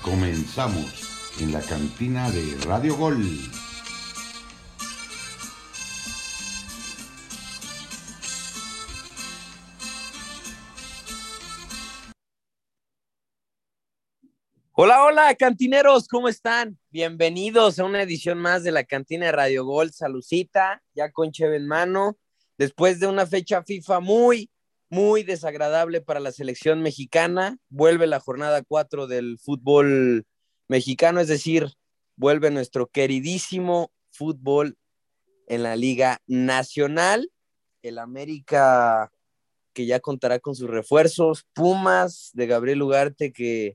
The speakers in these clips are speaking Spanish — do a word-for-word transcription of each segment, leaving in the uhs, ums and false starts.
Comenzamos en la cantina de Radio Gol. Hola, hola, cantineros, ¿cómo están? Bienvenidos a una edición más de la cantina de Radio Gol. Salucita, ya con cheve en mano, después de una fecha FIFA muy, muy desagradable para la selección mexicana. Vuelve la jornada cuatro del fútbol mexicano, es decir, vuelve nuestro queridísimo fútbol en la Liga Nacional. El América, que ya contará con sus refuerzos, Pumas de Gabriel Ugarte, que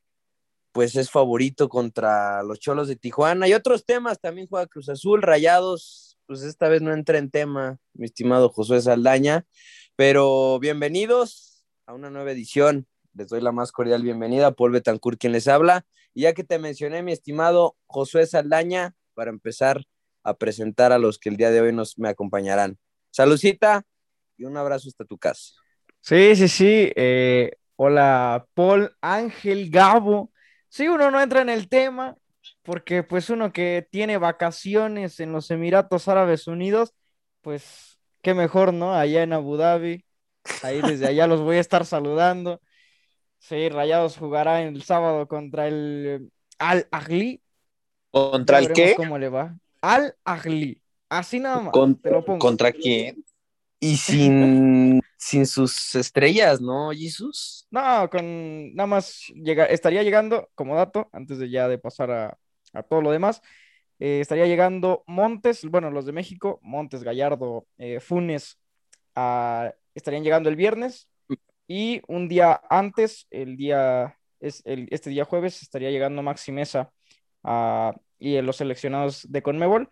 pues es favorito contra los Cholos de Tijuana, y otros temas. También juega Cruz Azul, Rayados, pues esta vez no entra en tema, mi estimado Josué Saldaña, pero bienvenidos a una nueva edición. Les doy la más cordial bienvenida, Paul Betancourt quien les habla, y ya que te mencioné, mi estimado Josué Saldaña, para empezar a presentar a los que el día de hoy nos me acompañarán. Saludcita y un abrazo hasta tu casa. Sí, sí, sí. eh, hola, Paul, Ángel, Gabo. Sí, uno no entra en el tema porque pues uno que tiene vacaciones en los Emiratos Árabes Unidos, pues qué mejor, ¿no? Allá en Abu Dhabi. Ahí desde allá los voy a estar saludando. Sí, Rayados jugará el sábado contra el Al Ahly. ¿Contra Ya el veremos qué? cómo le va. Al Ahly. Así nada más, ¿Con- te lo pongo. ¿Contra quién? Y sin, sin sus estrellas, ¿no, Jesús? No, con nada más llega, estaría llegando, como dato, antes de ya de pasar a, a todo lo demás, eh, estaría llegando Montes, bueno, los de México, Montes, Gallardo, eh, Funes, ah, estarían llegando el viernes y un día antes, el día, es el, este día jueves, estaría llegando Maxi Mesa ah, y los seleccionados de Conmebol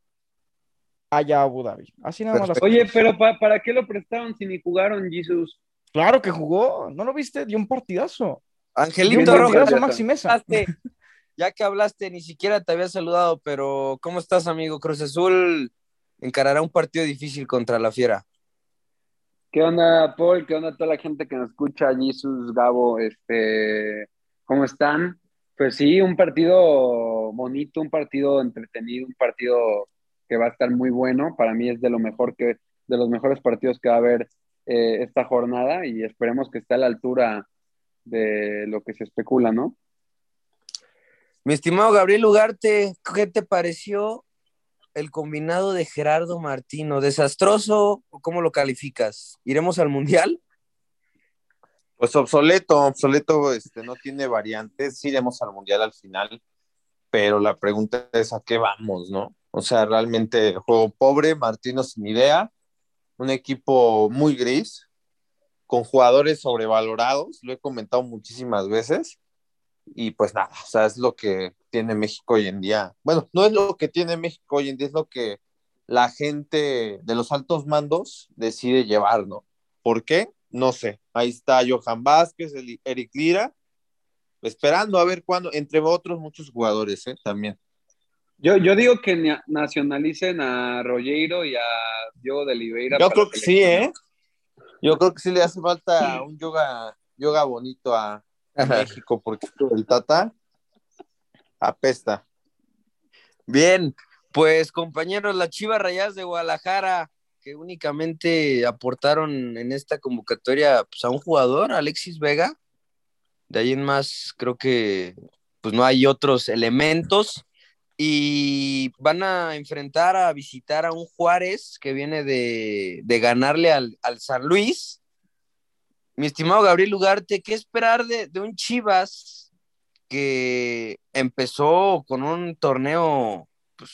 allá a Abu Dhabi. Así nada más las Perfecto. Oye, cosas. pero pa- ¿para qué lo prestaron si ni jugaron, Jesus? Claro que jugó, ¿no lo viste? Dio un partidazo. Dio un Angelito ¿Quién dio Rojas, partidazo partidazo? Maxi Mesa. hablaste, ya que hablaste, ni siquiera te había saludado, pero ¿cómo estás, amigo? Cruz Azul encarará un partido difícil contra la Fiera. ¿Qué onda, Paul? ¿Qué onda toda la gente que nos escucha? Jesus, Gabo, este, ¿cómo están? Pues sí, un partido bonito, un partido entretenido, un partido que va a estar muy bueno. Para mí es de lo mejor que, de los mejores partidos que va a haber eh, esta jornada y esperemos que esté a la altura de lo que se especula, ¿no? Mi estimado Gabriel Ugarte, ¿qué te pareció el combinado de Gerardo Martino? ¿Desastroso o cómo lo calificas? ¿Iremos al Mundial? Pues obsoleto, obsoleto, este, no tiene variantes. Sí iremos al Mundial al final, pero la pregunta es a qué vamos, ¿no? O sea, realmente juego pobre, Martino sin idea, un equipo muy gris, con jugadores sobrevalorados, lo he comentado muchísimas veces, y pues nada, o sea, es lo que tiene México hoy en día. Bueno, no es lo que tiene México hoy en día, es lo que la gente de los altos mandos decide llevar, ¿no? ¿Por qué? No sé. Ahí está Johan Vázquez, el- Eric Lira, esperando a ver cuándo, entre otros muchos jugadores, ¿eh? También. Yo, yo digo que na- nacionalicen a Rogeiro y a Diogo de Oliveira Yo para la creo que sí, selección, ¿eh? ¿no? Yo creo que sí le hace falta un yoga, yoga bonito a, a México, porque el Tata apesta. Bien, pues compañeros, las Chivas Rayadas de Guadalajara, que únicamente aportaron en esta convocatoria pues, a un jugador, Alexis Vega. De ahí en más, creo que pues no hay otros elementos. Y van a enfrentar a visitar a un Juárez que viene de, de ganarle al, al San Luis. Mi estimado Gabriel Ugarte, ¿qué esperar de, de un Chivas que empezó con un torneo, pues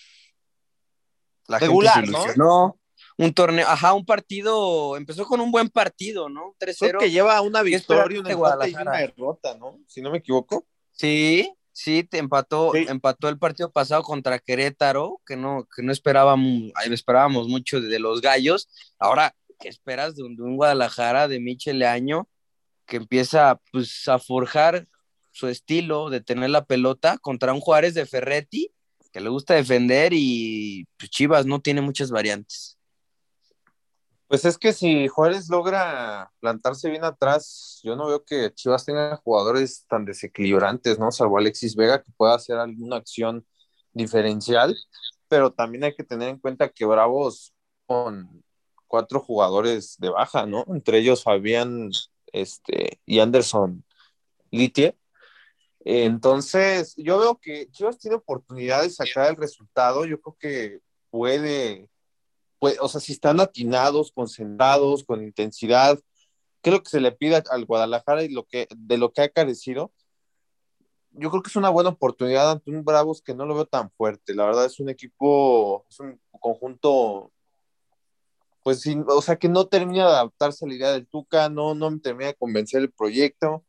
la gente se Regular, ¿no? ilusionó? Un torneo, ajá, un partido, empezó con un buen partido, ¿no? tres Creo que cero. lleva una ¿Qué esperar victoria, un de empate y una Guadalajara? derrota, ¿no? Si no me equivoco. Sí, sí, te empató, Sí. empató el partido pasado contra Querétaro, que no, que no esperábamos, esperábamos mucho de los Gallos. Ahora, ¿qué esperas de un, de un Guadalajara de Michel Año que empieza pues a forjar su estilo de tener la pelota contra un Juárez de Ferretti que le gusta defender y pues, Chivas no tiene muchas variantes? Pues es que si Juárez logra plantarse bien atrás, yo no veo que Chivas tenga jugadores tan desequilibrantes, ¿no? Salvo Alexis Vega, que pueda hacer alguna acción diferencial, pero también hay que tener en cuenta que Bravos con cuatro jugadores de baja, ¿no? Entre ellos Fabián este, y Anderson Litie. Entonces, yo veo que Chivas tiene oportunidad de sacar el resultado. Yo creo que puede, puede, o sea, si están atinados, concentrados, con intensidad, ¿qué es lo que se le pide al Guadalajara y lo que, de lo que ha carecido? Yo creo que es una buena oportunidad ante un Bravos que no lo veo tan fuerte. La verdad es un equipo, es un conjunto, pues, sin, o sea, que no termina de adaptarse a la idea del Tuca, no, no me termina de convencer el proyecto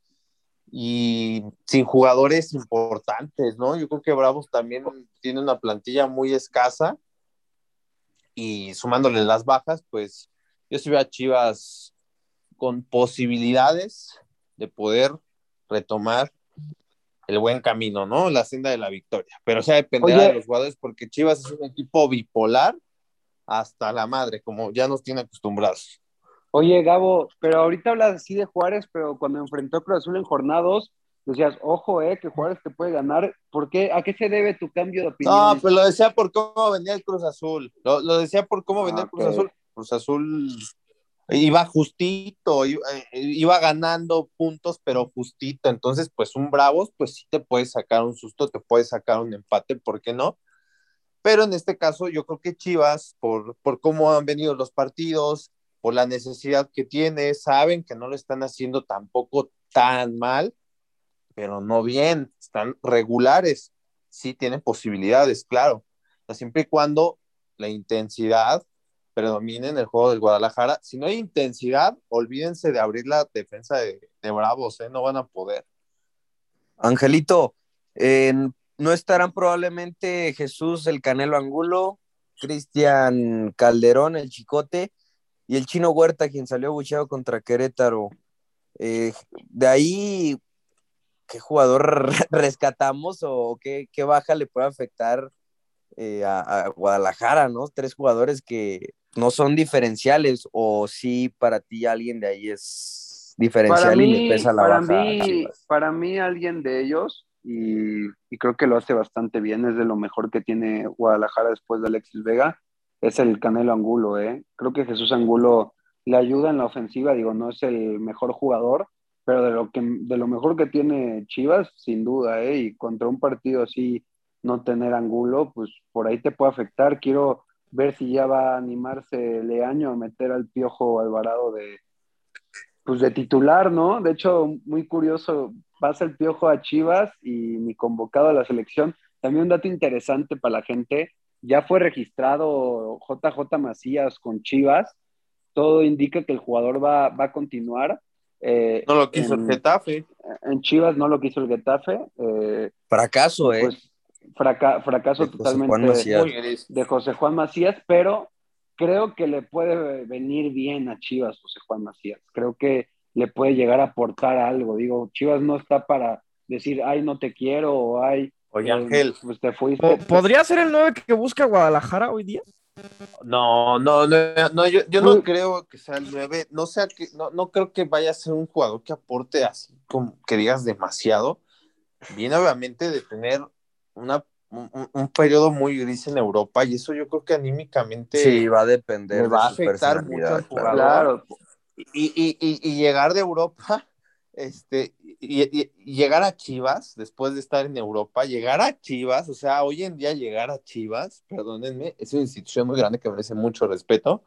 y sin jugadores importantes, ¿no? Yo creo que Bravos también tiene una plantilla muy escasa y sumándole las bajas, pues yo sí veo a Chivas con posibilidades de poder retomar el buen camino, ¿no? La senda de la victoria. Pero o sea, dependerá de Oye, los jugadores porque Chivas es un equipo bipolar hasta la madre, como ya nos tiene acostumbrados. oye, Gabo, pero ahorita hablas así de Juárez, pero cuando enfrentó Cruz Azul en jornadas, decías, ojo, eh, que Juárez te puede ganar. ¿Por qué? ¿A qué se debe tu cambio de No, opinión? pues lo decía por cómo venía el Cruz Azul. Lo, lo decía por cómo venía Ah, el ok. Cruz Azul. Cruz Azul iba justito, iba, iba ganando puntos, pero justito. Entonces, pues un Bravos, pues sí te puede sacar un susto, te puede sacar un empate, ¿por qué no? Pero en este caso, yo creo que Chivas, por, por cómo han venido los partidos, por la necesidad que tiene, saben que no lo están haciendo tampoco tan mal, pero no bien, están regulares, sí tienen posibilidades, claro. O sea, siempre y cuando la intensidad predomine en el juego del Guadalajara. Si no hay intensidad, olvídense de abrir la defensa de, de Bravos, ¿eh? No van a poder. Angelito, eh, no estarán probablemente Jesús el Canelo Angulo, Cristian Calderón, el Chicote, y el Chino Huerta, quien salió bucheado contra Querétaro. Eh, de ahí, ¿qué jugador rescatamos o qué, qué baja le puede afectar eh, a, a, Guadalajara, ¿no? Tres jugadores que no son diferenciales, o sí para ti alguien de ahí es Para diferencial y le mí, pesa la para baja a mí, Chivas. para mí alguien de ellos, y, y creo que lo hace bastante bien, es de lo mejor que tiene Guadalajara después de Alexis Vega, es el Canelo Angulo, ¿eh? Creo que Jesús Angulo le ayuda en la ofensiva, digo, no es el mejor jugador, pero de lo que, de lo mejor que tiene Chivas, sin duda, ¿eh? Y contra un partido así, no tener Angulo, pues por ahí te puede afectar. Quiero ver si ya va a animarse Leaño a meter al Piojo Alvarado de pues de titular, ¿no? De hecho, muy curioso, pasa el Piojo a Chivas y ni convocado a la selección. También un dato interesante para la gente, ya fue registrado J J Macías con Chivas, todo indica que el jugador va, va a continuar. Eh, No lo quiso el en, Getafe. en Chivas no lo quiso el Getafe, eh, y Fracaso, ¿eh? pues fraca fracaso De José Juan totalmente Macías. Muy gris. de José Juan Macías, pero creo que le puede venir bien a Chivas José Juan Macías. Creo que le puede llegar a aportar algo. Digo, Chivas no está para decir, ay, no te quiero, o ay, Oye, eh, Ángel. pues te fuiste. Po- Pe- ¿Podría ser el nueve que busca Guadalajara hoy día? No, no, no, no yo, yo no Pues, creo que sea el nueve. No, sea que, no, no creo que vaya a ser un jugador que aporte así, como que digas demasiado. Viene obviamente de tener una, un, un periodo muy gris en Europa y eso yo creo que Sí, anímicamente va a le depender de va a su afectar mucho al personalidad, claro. jugador claro, y, y, y, y llegar de Europa, este, y, y, y llegar a Chivas, después de estar en Europa, llegar a Chivas, o sea, hoy en día llegar a Chivas, perdónenme, es una institución muy grande que merece mucho respeto,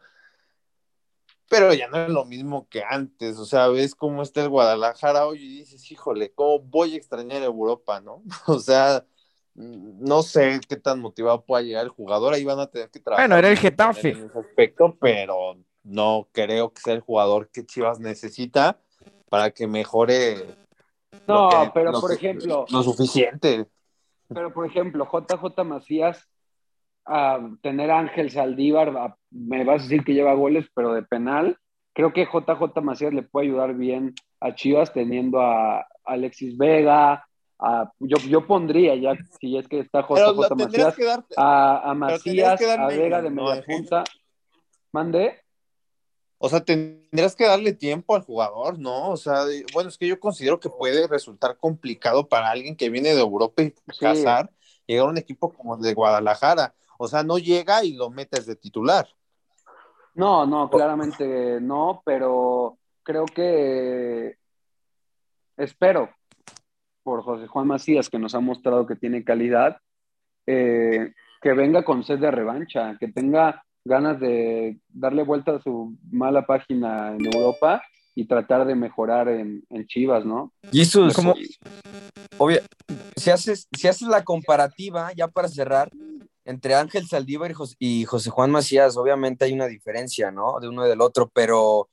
pero ya no es lo mismo que antes, o sea, ves cómo está el Guadalajara hoy y dices, híjole, cómo voy a extrañar Europa, ¿no? O sea, no sé qué tan motivado pueda llegar el jugador, ahí van a tener que Bueno, trabajar era el mucho con él Getafe. en ese aspecto, pero no creo que sea el jugador que Chivas necesita para que mejore lo no, que, pero lo por que, ejemplo, lo suficiente. pero por ejemplo, J J Macías, a tener a Ángel Saldívar, a- me vas a decir que lleva goles, pero de penal. Creo que J J Macías le puede ayudar bien a Chivas teniendo a Alexis Vega, a, yo, yo pondría ya, si es que está Pero J J lo tendrías Macías, que dar, a, a pero tendrías que Macías, a darle Vega de minutos, ¿no, media Ángel? punta. ¿Mande? O sea, tendrías que darle tiempo al jugador, ¿no? O sea, de- bueno, es que yo considero que puede resultar complicado para alguien que viene de Europa y Sí, casar, llegar a un equipo como el de Guadalajara. O sea, no llega y lo metes de titular. no, no, claramente no, pero creo que espero por José Juan Macías, que nos ha mostrado que tiene calidad, eh, que venga con sed de revancha, que tenga ganas de darle vuelta a su mala página en Europa y tratar de mejorar en, en Chivas, ¿no? Jesús, Como, obvio, si haces, si haces la comparativa, ya para cerrar, entre Ángel Saldívar y Jos- y José Juan Macías, obviamente hay una diferencia, ¿no? De uno y del otro, pero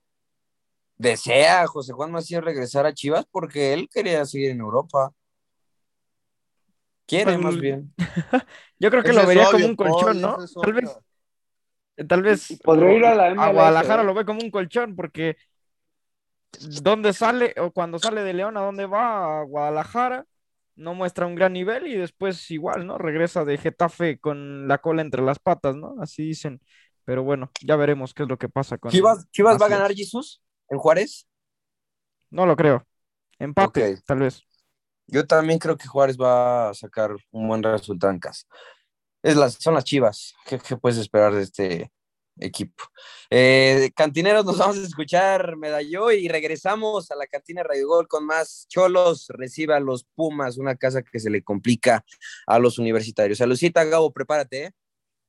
desea José Juan Macías regresar a Chivas porque él quería seguir en Europa. pues, Quiere más bien. yo creo que Eso lo es vería como obvio, un colchón, Paul, ¿no? eso es Tal vez, obvio. tal Y, y vez podría ir o- a la a M L S, Guadalajara ¿eh? lo ve como un colchón, porque ¿dónde sale o cuando sale de León a dónde va? A Guadalajara, no muestra un gran nivel y después igual, ¿no? Regresa de Getafe con la cola entre las patas, ¿no? Así dicen. Pero bueno, ya veremos qué es lo que pasa con ¿Chivas, Chivas va a ganar Macías. Jesús en Juárez? No lo creo. Ok. Empate, tal vez. Yo también creo que Juárez va a sacar un buen resultado en casa. Es las, son las Chivas. ¿Qué, qué puedes esperar de este equipo? Eh, cantineros, nos vamos a escuchar Medalló y regresamos a la cantina Radio Gol con más Cholos. Recibe a los Pumas, una casa que se le complica a los universitarios. Salucita, Gabo, prepárate, ¿eh?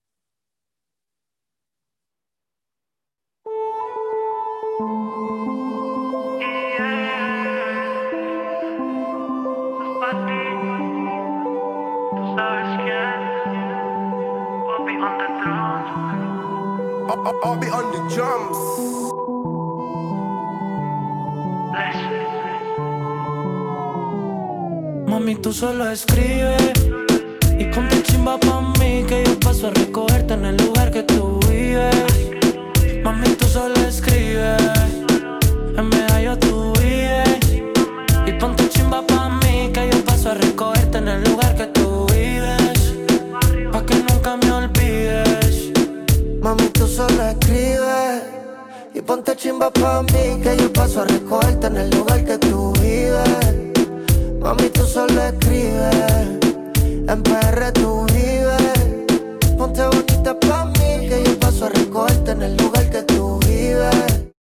I'll be on the drums. Mami, tú solo escribe y ponte chimba pa' mí, que yo paso a recogerte en el lugar que tú vives. Mami, tú solo escribe, en medallo tú vives. Y ponte chimba pa' mí, que yo paso a recogerte en el lugar que tú vives, pa' que nunca me olvides. Mami, tú solo escribe y ponte chimba pa' mí, que yo paso a recogerte en el lugar que tú vives. Mami, tú solo escribes, en P R tú vives. Ponte bonita pa' mí, que yo paso a recogerte en el lugar que tú vives.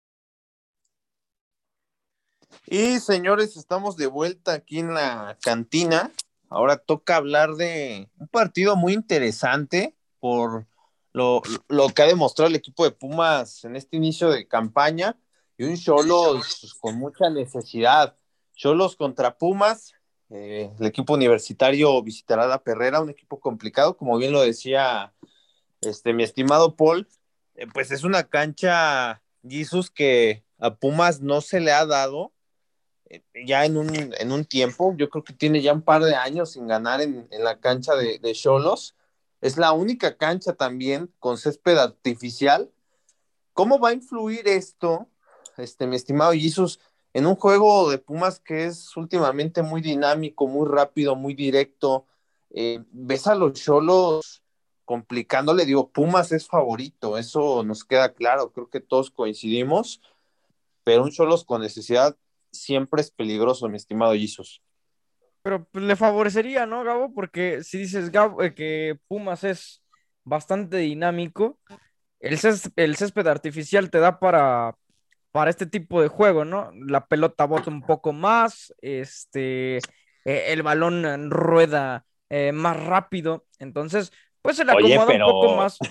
Y señores, estamos de vuelta aquí en la cantina. Ahora toca hablar de un partido muy interesante por lo, lo que ha demostrado el equipo de Pumas en este inicio de campaña y un Xolos con mucha necesidad. Xolos contra Pumas, eh, el equipo universitario visitará la Perrera, un equipo complicado, como bien lo decía este, mi estimado Paul, eh, pues es una cancha, Jesus, que a Pumas no se le ha dado eh, ya en un, en un tiempo. Yo creo que tiene ya un par de años sin ganar en, en la cancha de Xolos. Es la única cancha también con césped artificial. ¿Cómo va a influir esto, este, mi estimado Jesus, en un juego de Pumas que es últimamente muy dinámico, muy rápido, muy directo? Eh, ¿Ves a los Xolos complicándole? Digo, Pumas es favorito, eso nos queda claro, creo que todos coincidimos, pero un Xolos con necesidad siempre es peligroso, mi estimado Jesus. Pero pues, le favorecería, ¿no, Gabo? Porque si dices, Gabo, eh, que Pumas es bastante dinámico, el cés- el césped artificial te da para, para este tipo de juego, ¿no? La pelota bota un poco más, este, eh, el balón eh, rueda eh, más rápido, entonces, pues se le Oye, acomoda un poco pero, más.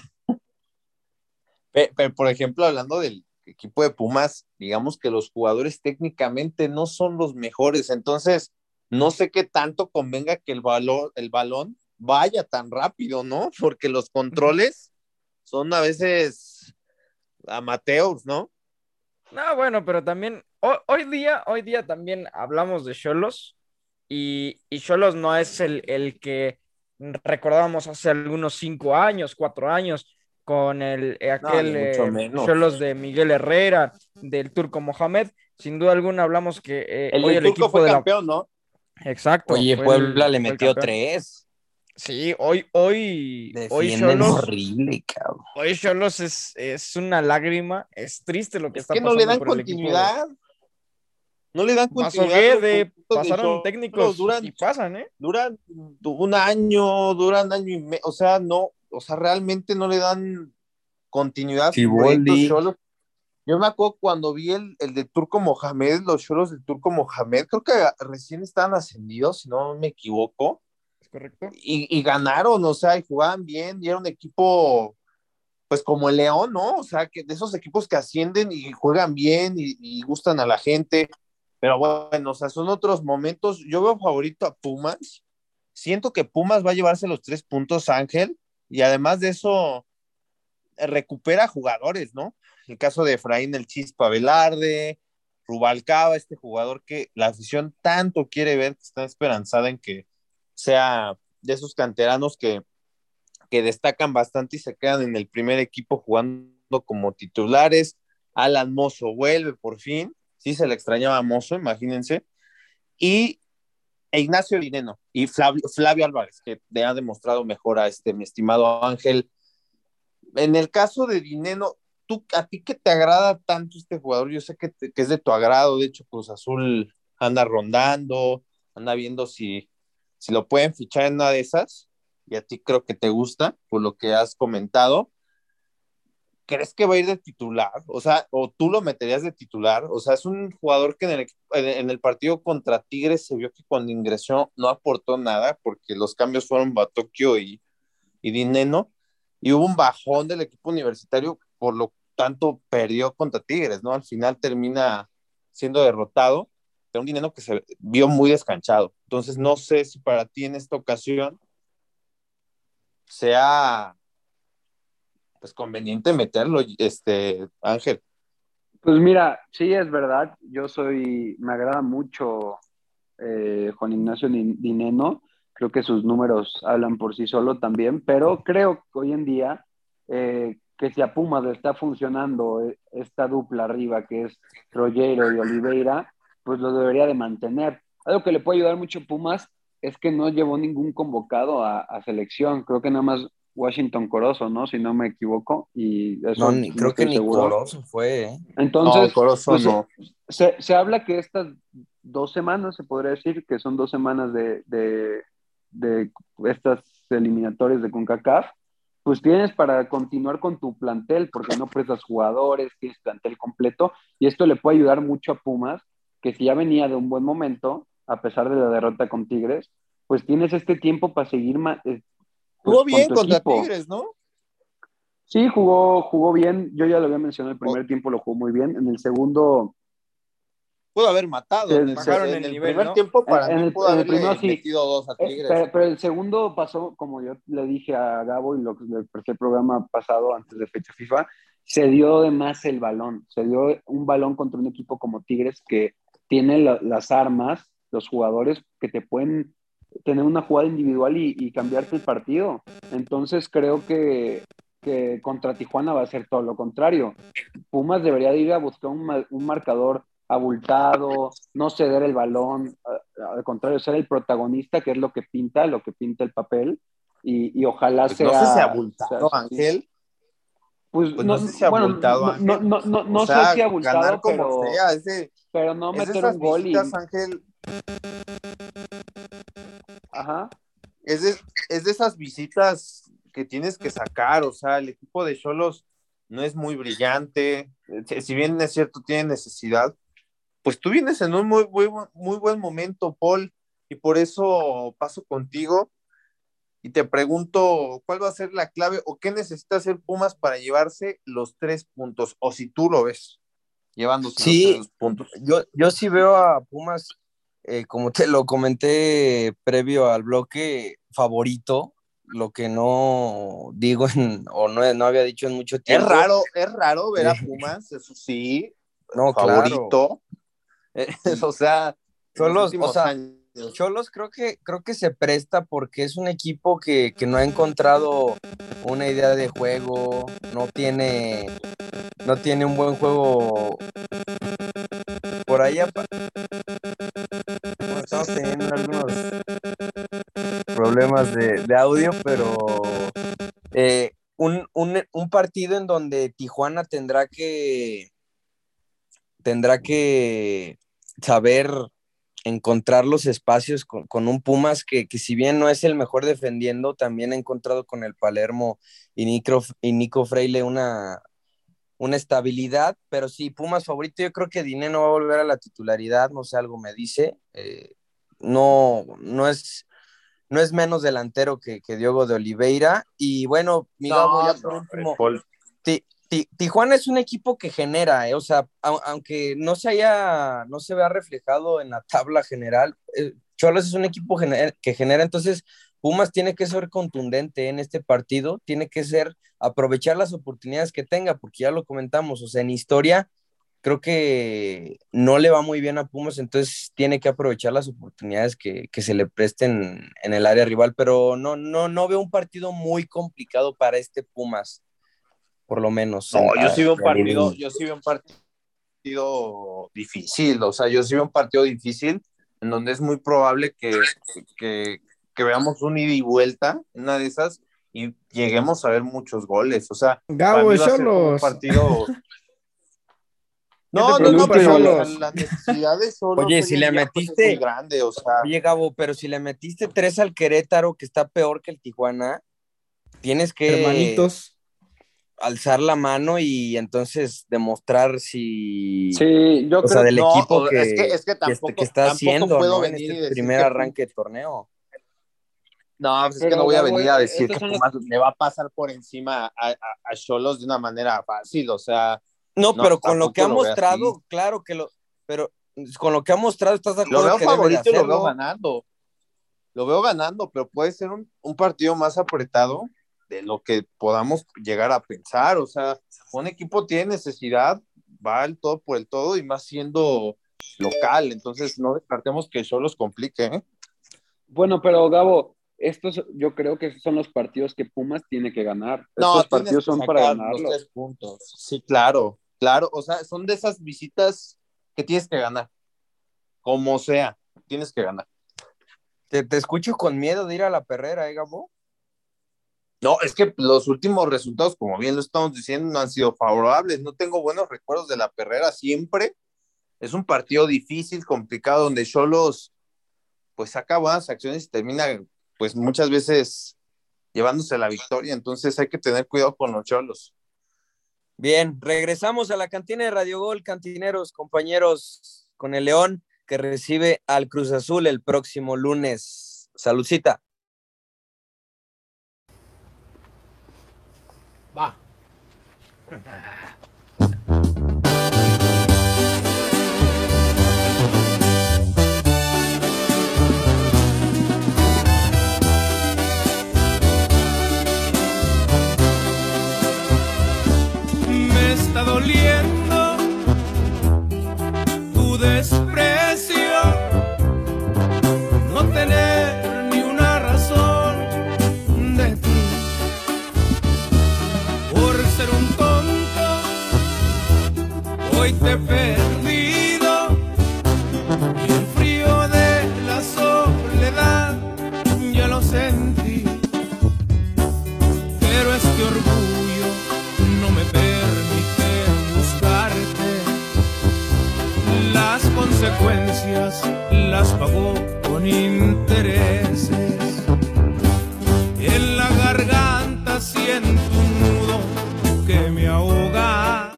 pe- pe- por ejemplo, hablando del equipo de Pumas, digamos que los jugadores técnicamente no son los mejores, entonces no sé qué tanto convenga que el balón, el balón vaya tan rápido, ¿no? Porque los controles son a veces amateurs, ¿no? No, bueno, pero también, ho- hoy día, hoy día también hablamos de Xolos y, y Xolos no es el, el que recordábamos hace algunos cinco años, cuatro años, con el, eh, No, ni aquel mucho eh, menos. Xolos de Miguel Herrera, del Turco Mohamed. Sin duda alguna hablamos que eh, El hoy del el Turco equipo fue de la... campeón, ¿no? Exacto, Oye, fue Puebla el, le fue el metió campeón. tres. Sí, hoy, hoy, hoy Defienden Xolos, horrible, cabrón. Oye, Cholos es, es una lágrima, es triste lo que Es está que no pasando le dan por el equipo. continuidad. No le dan Pasó continuidad. Los Guede, conjuntos de pasaron Xolos técnicos duran, y pasan, ¿eh? duran un año, duran año y medio. O sea, no, o sea, realmente no le dan continuidad a sus proyectos Siboldi. Xolos. Yo me acuerdo cuando vi el, el de Turco Mohamed, los Xolos del Turco Mohamed, creo que recién estaban ascendidos, si no me equivoco, ¿Es correcto? y, y ganaron, o sea, y jugaban bien, y era un equipo, pues como el León, ¿no? O sea, que de esos equipos que ascienden y juegan bien y, y gustan a la gente, pero bueno, o sea, son otros momentos. Yo veo favorito a Pumas, siento que Pumas va a llevarse los tres puntos, Ángel, y además de eso, recupera jugadores, ¿no? El caso de Efraín el Chispa Velarde, Rubalcaba, este jugador que la afición tanto quiere ver, que está esperanzada en que sea de esos canteranos que, que destacan bastante y se quedan en el primer equipo jugando como titulares. Alan Mozo vuelve por fin, sí se le extrañaba a Mozo, imagínense, y e Ignacio Dineno y Flavio, Flavio Álvarez, que le ha demostrado mejor a este, mi estimado Ángel. En el caso de Dineno, ¿tú, ¿a ti qué te agrada tanto este jugador? Yo sé que, te, que es de tu agrado, de hecho Cruz Azul anda rondando, anda viendo si, si lo pueden fichar en una de esas, y a ti creo que te gusta, por lo que has comentado. ¿Crees que va a ir de titular? O sea, o tú lo meterías de titular. O sea, es un jugador que en el, en el partido contra Tigres se vio que cuando ingresó no aportó nada, porque los cambios fueron Batocchio y, y Dineno, y hubo un bajón del equipo universitario, por lo tanto perdió contra Tigres, ¿no? Al final termina siendo derrotado, pero un Dineno que se vio muy descanchado. Entonces, no sé si para ti en esta ocasión sea pues conveniente meterlo, este Ángel. Pues mira, sí es verdad, yo soy, me agrada mucho eh, Juan Ignacio Dineno, creo que sus números hablan por sí solo también, pero creo que hoy en día eh, que si a Pumas le está funcionando eh, esta dupla arriba que es Rollero y Oliveira, pues lo debería de mantener. Algo que le puede ayudar mucho a Pumas es que no llevó ningún convocado a, a selección, creo que nada más Washington Corozo, ¿no? Si no me equivoco, y No, eso ni, no creo que estoy ni seguro. Corozo fue, ¿eh? No, Entonces, Corozo pues no. se, se habla que estas dos semanas, se podría decir que son dos semanas de, de, de estas eliminatorias de CONCACAF, pues tienes para continuar con tu plantel, porque no prestas jugadores, tienes plantel completo, y esto le puede ayudar mucho a Pumas, que si ya venía de un buen momento, a pesar de la derrota con Tigres, pues tienes este tiempo para seguir eh, pues, Jugó con bien tu contra equipo. Tigres, ¿no? Sí, jugó, jugó bien. Yo ya lo había mencionado, el Oh, primer tiempo lo jugó muy bien. En el segundo, pudo haber matado. En se, el, se, Bajaron en el el nivel, primer ¿no? tiempo, en, para en mí, el, pudo en el primero haberle sí. metido dos a Eh, Tigres. pero, pero el segundo pasó, como yo le dije a Gabo y lo que le expresé el programa pasado antes de fecha FIFA, se dio de más el balón. Se dio un balón contra un equipo como Tigres que tiene la, las armas, los jugadores que te pueden tener una jugada individual y, y cambiarte el partido. Entonces creo que, que contra Tijuana va a ser todo lo contrario. Pumas debería ir a buscar un, un marcador abultado, no ceder el balón, al contrario, ser el protagonista, que es lo que pinta, lo que pinta el papel, y, y ojalá Pues no sé si sea, sea abultado, eso así. Ángel. Pues Pues no, no sé si bueno, abultado, no, no, Ángel. no, no, O no sé sea, si ganar abultado, como pero, sea. Es de, pero no es de meter un esas gol visitas, y, Ángel. ajá, Es de, es de esas visitas que tienes que sacar. O sea, el equipo de Xolos no es muy brillante. Si bien es cierto, tiene necesidad, pues tú vienes en un muy, muy, muy buen momento, Paul, y por eso paso contigo y te pregunto cuál va a ser la clave o qué necesita hacer Pumas para llevarse los tres puntos, o si tú lo ves llevándose los Sí, tres puntos. yo, yo sí veo a Pumas, eh, como te lo comenté previo al bloque, favorito, lo que no digo en, o no, no había dicho en mucho Es tiempo. raro, es raro ver Eh, a Pumas, eso sí, no, claro. favorito, o sea, en los Cholos, o últimos sea, años. Cholos creo que, creo que se presta porque es un equipo que, que no ha encontrado una idea de juego, no tiene, no tiene un buen juego por ahí. apa- Bueno, estamos teniendo algunos problemas de, de audio, pero eh, un, un, un partido en donde Tijuana tendrá que tendrá que saber encontrar los espacios con, con un Pumas que, que si bien no es el mejor defendiendo, también ha encontrado con el Palermo y Nico, y Nico Freile una, una estabilidad, pero sí, Pumas favorito, yo creo que Diné no va a volver a la titularidad, no sé, algo me dice, eh, no, no es no es menos delantero que, que Diogo de Oliveira, y bueno, mi Gabo, No, ya por no, último, Paul. Ti- Ti- Tijuana es un equipo que genera, eh, o sea, a- aunque no se haya, no se vea reflejado en la tabla general, eh, Cholos es un equipo gener- que genera, entonces Pumas tiene que ser contundente en este partido, tiene que ser aprovechar las oportunidades que tenga, porque ya lo comentamos, o sea, en historia creo que no le va muy bien a Pumas, entonces tiene que aprovechar las oportunidades que, que se le presten en el área rival, pero no, no, no veo un partido muy complicado para este Pumas, por lo menos. En, No, yo a, sí veo un a nivel... partido, yo sí veo un partido difícil, o sea, yo sí veo un partido difícil en donde es muy probable que, que, que veamos un ida y vuelta, una de esas, y lleguemos a ver muchos goles, o sea, para Gabo, mí va a ser como un Xolos. partido. ¿Qué te No, no, El no, preocupa, último, pero o sea, Xolos? la necesidad de Solos Oye, hoy si en le día pues es muy metiste, grande, o sea, oye Gabo, pero si le metiste tres al Querétaro, que está peor que el Tijuana, tienes que Hermanitos. alzar la mano y entonces demostrar si, sí, yo o sea, creo, del no, equipo o- es que, que, es que que, este- que tampoco, está tampoco haciendo, puedo ¿no? En venir y este decir primer que Pum- arranque de torneo. no, pues es que no pero voy a Gabo, venir a eh, decir estos que son los, Pumas le va a pasar por encima a, a, a Xolos de una manera fácil, o sea, No, no, pero con lo que tampoco ha lo veo así. mostrado, claro que lo, pero con lo que ha mostrado, ¿estás de Lo acuerdo veo que debe de favorito y lo veo hacerlo? ganando, lo veo ganando, pero puede ser un, un partido más apretado de lo que podamos llegar a pensar, o sea, un equipo tiene necesidad, va al todo por el todo y más siendo local, entonces no descartemos que Xolos complique, ¿eh? bueno, pero Gabo, estos yo creo que esos son los partidos que Pumas tiene que ganar. No, Estos tienes partidos que son para sacar los ganarlos. tres puntos. Sí, claro, claro. O sea, son de esas visitas que tienes que ganar. Como sea, tienes que ganar. Te, te escucho con miedo de ir a la perrera, ¿eh, Gabo? No, es que los últimos resultados, como bien lo estamos diciendo, no han sido favorables. No tengo buenos recuerdos de la perrera siempre. Es un partido difícil, complicado, donde Xolos pues saca buenas acciones y termina pues muchas veces llevándose la victoria. Entonces hay que tener cuidado con los Xolos. Bien, regresamos a la cantina de Radio Gol, cantineros, compañeros, con el León que recibe al Cruz Azul el próximo lunes. Saludcita. Va. Me está doliendo tu desprecio, no tener ni una razón de ti, por ser un tonto, hoy te he perdido, y el frío de la soledad ya lo sentí, pero este orgullo no me permite buscarte, las consecuencias las pagó con intereses, en la garganta siento un nudo que me ahoga.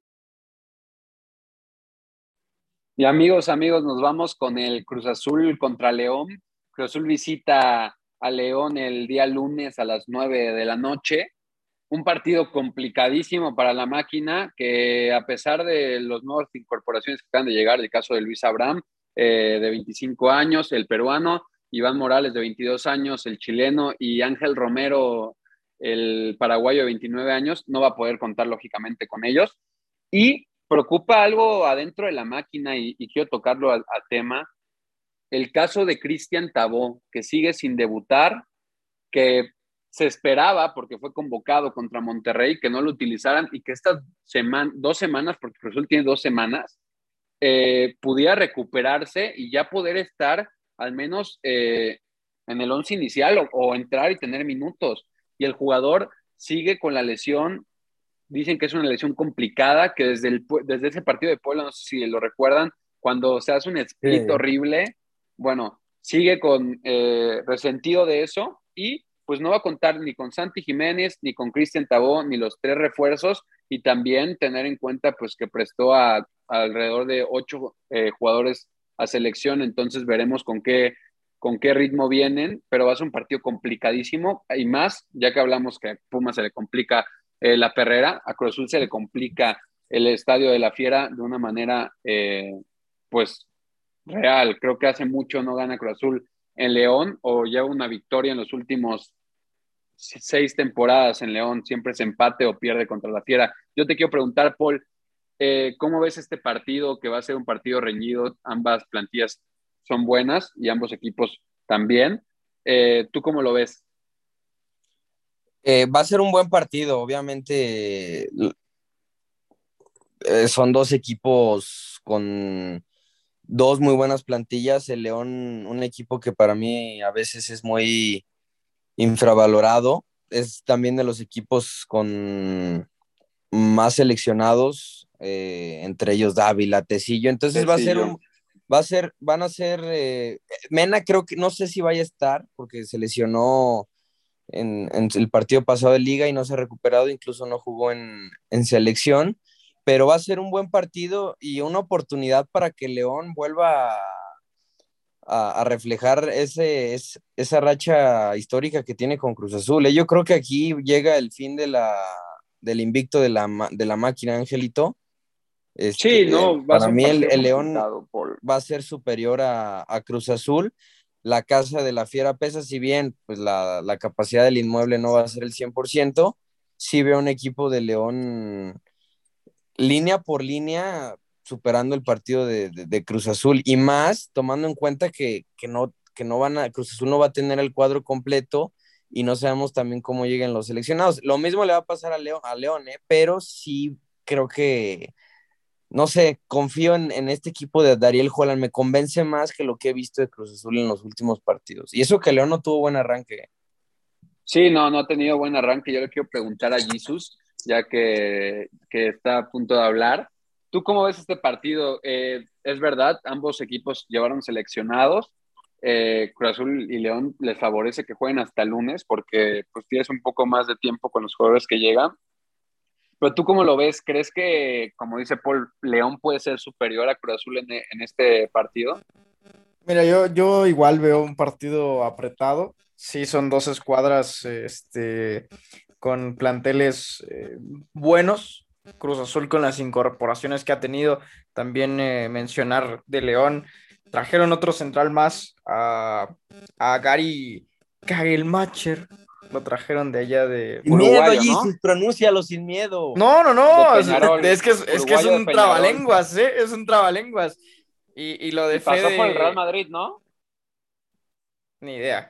Y amigos, amigos, nos vamos con el Cruz Azul contra León. Cruz Azul visita a León el día lunes a las nueve de la noche. Un partido complicadísimo para la máquina, que a pesar de las nuevas incorporaciones que acaban de llegar, el caso de Luis Abraham, eh, de veinticinco años, el peruano, Iván Morales, de veintidós años, el chileno, y Ángel Romero, el paraguayo, de veintinueve años, no va a poder contar lógicamente con ellos. Y preocupa algo adentro de la máquina, y, y quiero tocarlo a, a tema, el caso de Cristian Tabó, que sigue sin debutar, que se esperaba, porque fue convocado contra Monterrey, que no lo utilizaran y que estas seman dos semanas, porque Cruz tiene dos semanas, eh, pudiera recuperarse y ya poder estar al menos eh, en el once inicial o, o entrar y tener minutos. Y el jugador sigue con la lesión. Dicen que es una lesión complicada, que desde, el, desde ese partido de Puebla, no sé si lo recuerdan, cuando se hace un split Sí. horrible, bueno, sigue con eh, resentido de eso y pues no va a contar ni con Santi Jiménez, ni con Cristian Tabó, ni los tres refuerzos, y también tener en cuenta pues que prestó a, a alrededor de ocho eh, jugadores a selección, entonces veremos con qué, con qué ritmo vienen, pero va a ser un partido complicadísimo, y más, ya que hablamos que a Puma se le complica eh, la Perrera, a Cruz Azul se le complica el Estadio de la Fiera de una manera eh, pues real. Creo que hace mucho no gana Cruz Azul en León o lleva una victoria en los últimos seis temporadas en León, siempre se empate o pierde contra la Fiera. Yo te quiero preguntar, Paul, eh, ¿cómo ves este partido que va a ser un partido reñido? Ambas plantillas son buenas y ambos equipos también. Eh, ¿Tú cómo lo ves? Eh, va a ser un buen partido, obviamente. Eh, son dos equipos con dos muy buenas plantillas. El León, un equipo que para mí a veces es muy infravalorado, es también de los equipos con más seleccionados, eh, entre ellos Dávila, Tecillo. Entonces va a ser un, va a ser, van a ser, eh, Mena creo que, no sé si vaya a estar, porque se lesionó en, en el partido pasado de Liga y no se ha recuperado, incluso no jugó en, en selección, pero va a ser un buen partido y una oportunidad para que León vuelva a, a, a reflejar ese, es, esa racha histórica que tiene con Cruz Azul. ¿eh? Yo creo que aquí llega el fin de la, del invicto de la, de la máquina, Angelito. Este, Sí, no, va a para ser un mí el, partido el León complicado, Paul. va a ser superior a, a Cruz Azul. La casa de la Fiera pesa, si bien pues la, la capacidad del inmueble no va a ser el cien por ciento, sí veo un equipo de León línea por línea superando el partido de, de, de Cruz Azul, y más tomando en cuenta que, que, no, que no van a, Cruz Azul no va a tener el cuadro completo y no sabemos también cómo lleguen los seleccionados. Lo mismo le va a pasar a León, a León ¿eh? Pero sí creo que no sé, confío en, en este equipo de Dariel Holland, me convence más que lo que he visto de Cruz Azul en los últimos partidos. Y eso que León no tuvo buen arranque. Sí, no, no ha tenido buen arranque. Yo le quiero preguntar a Jesus, ya que, que está a punto de hablar. ¿Tú cómo ves este partido? Eh, es verdad, ambos equipos llevaron seleccionados. Eh, Cruz Azul y León les favorece que jueguen hasta el lunes porque pues tienes un poco más de tiempo con los jugadores que llegan. Pero tú cómo lo ves, ¿crees que, como dice Paul, León puede ser superior a Cruz Azul en, en este partido? Mira, yo, yo igual veo un partido apretado. Sí, son dos escuadras este, con planteles eh, buenos. Cruz Azul con las incorporaciones que ha tenido. También eh, mencionar de León. Trajeron otro central más a, a Gary Kagelmacher. Lo trajeron de allá de Sin miedo, Uruguayo, ¿no? Jesus, pronúncialo sin miedo. No, no, De no. Es, Peñarol, es que es, es que es uruguayo de un Peñarol. trabalenguas, ¿eh? Es un trabalenguas. Y, y lo de Y pasó por el Real Fede, Madrid, ¿no? ni idea.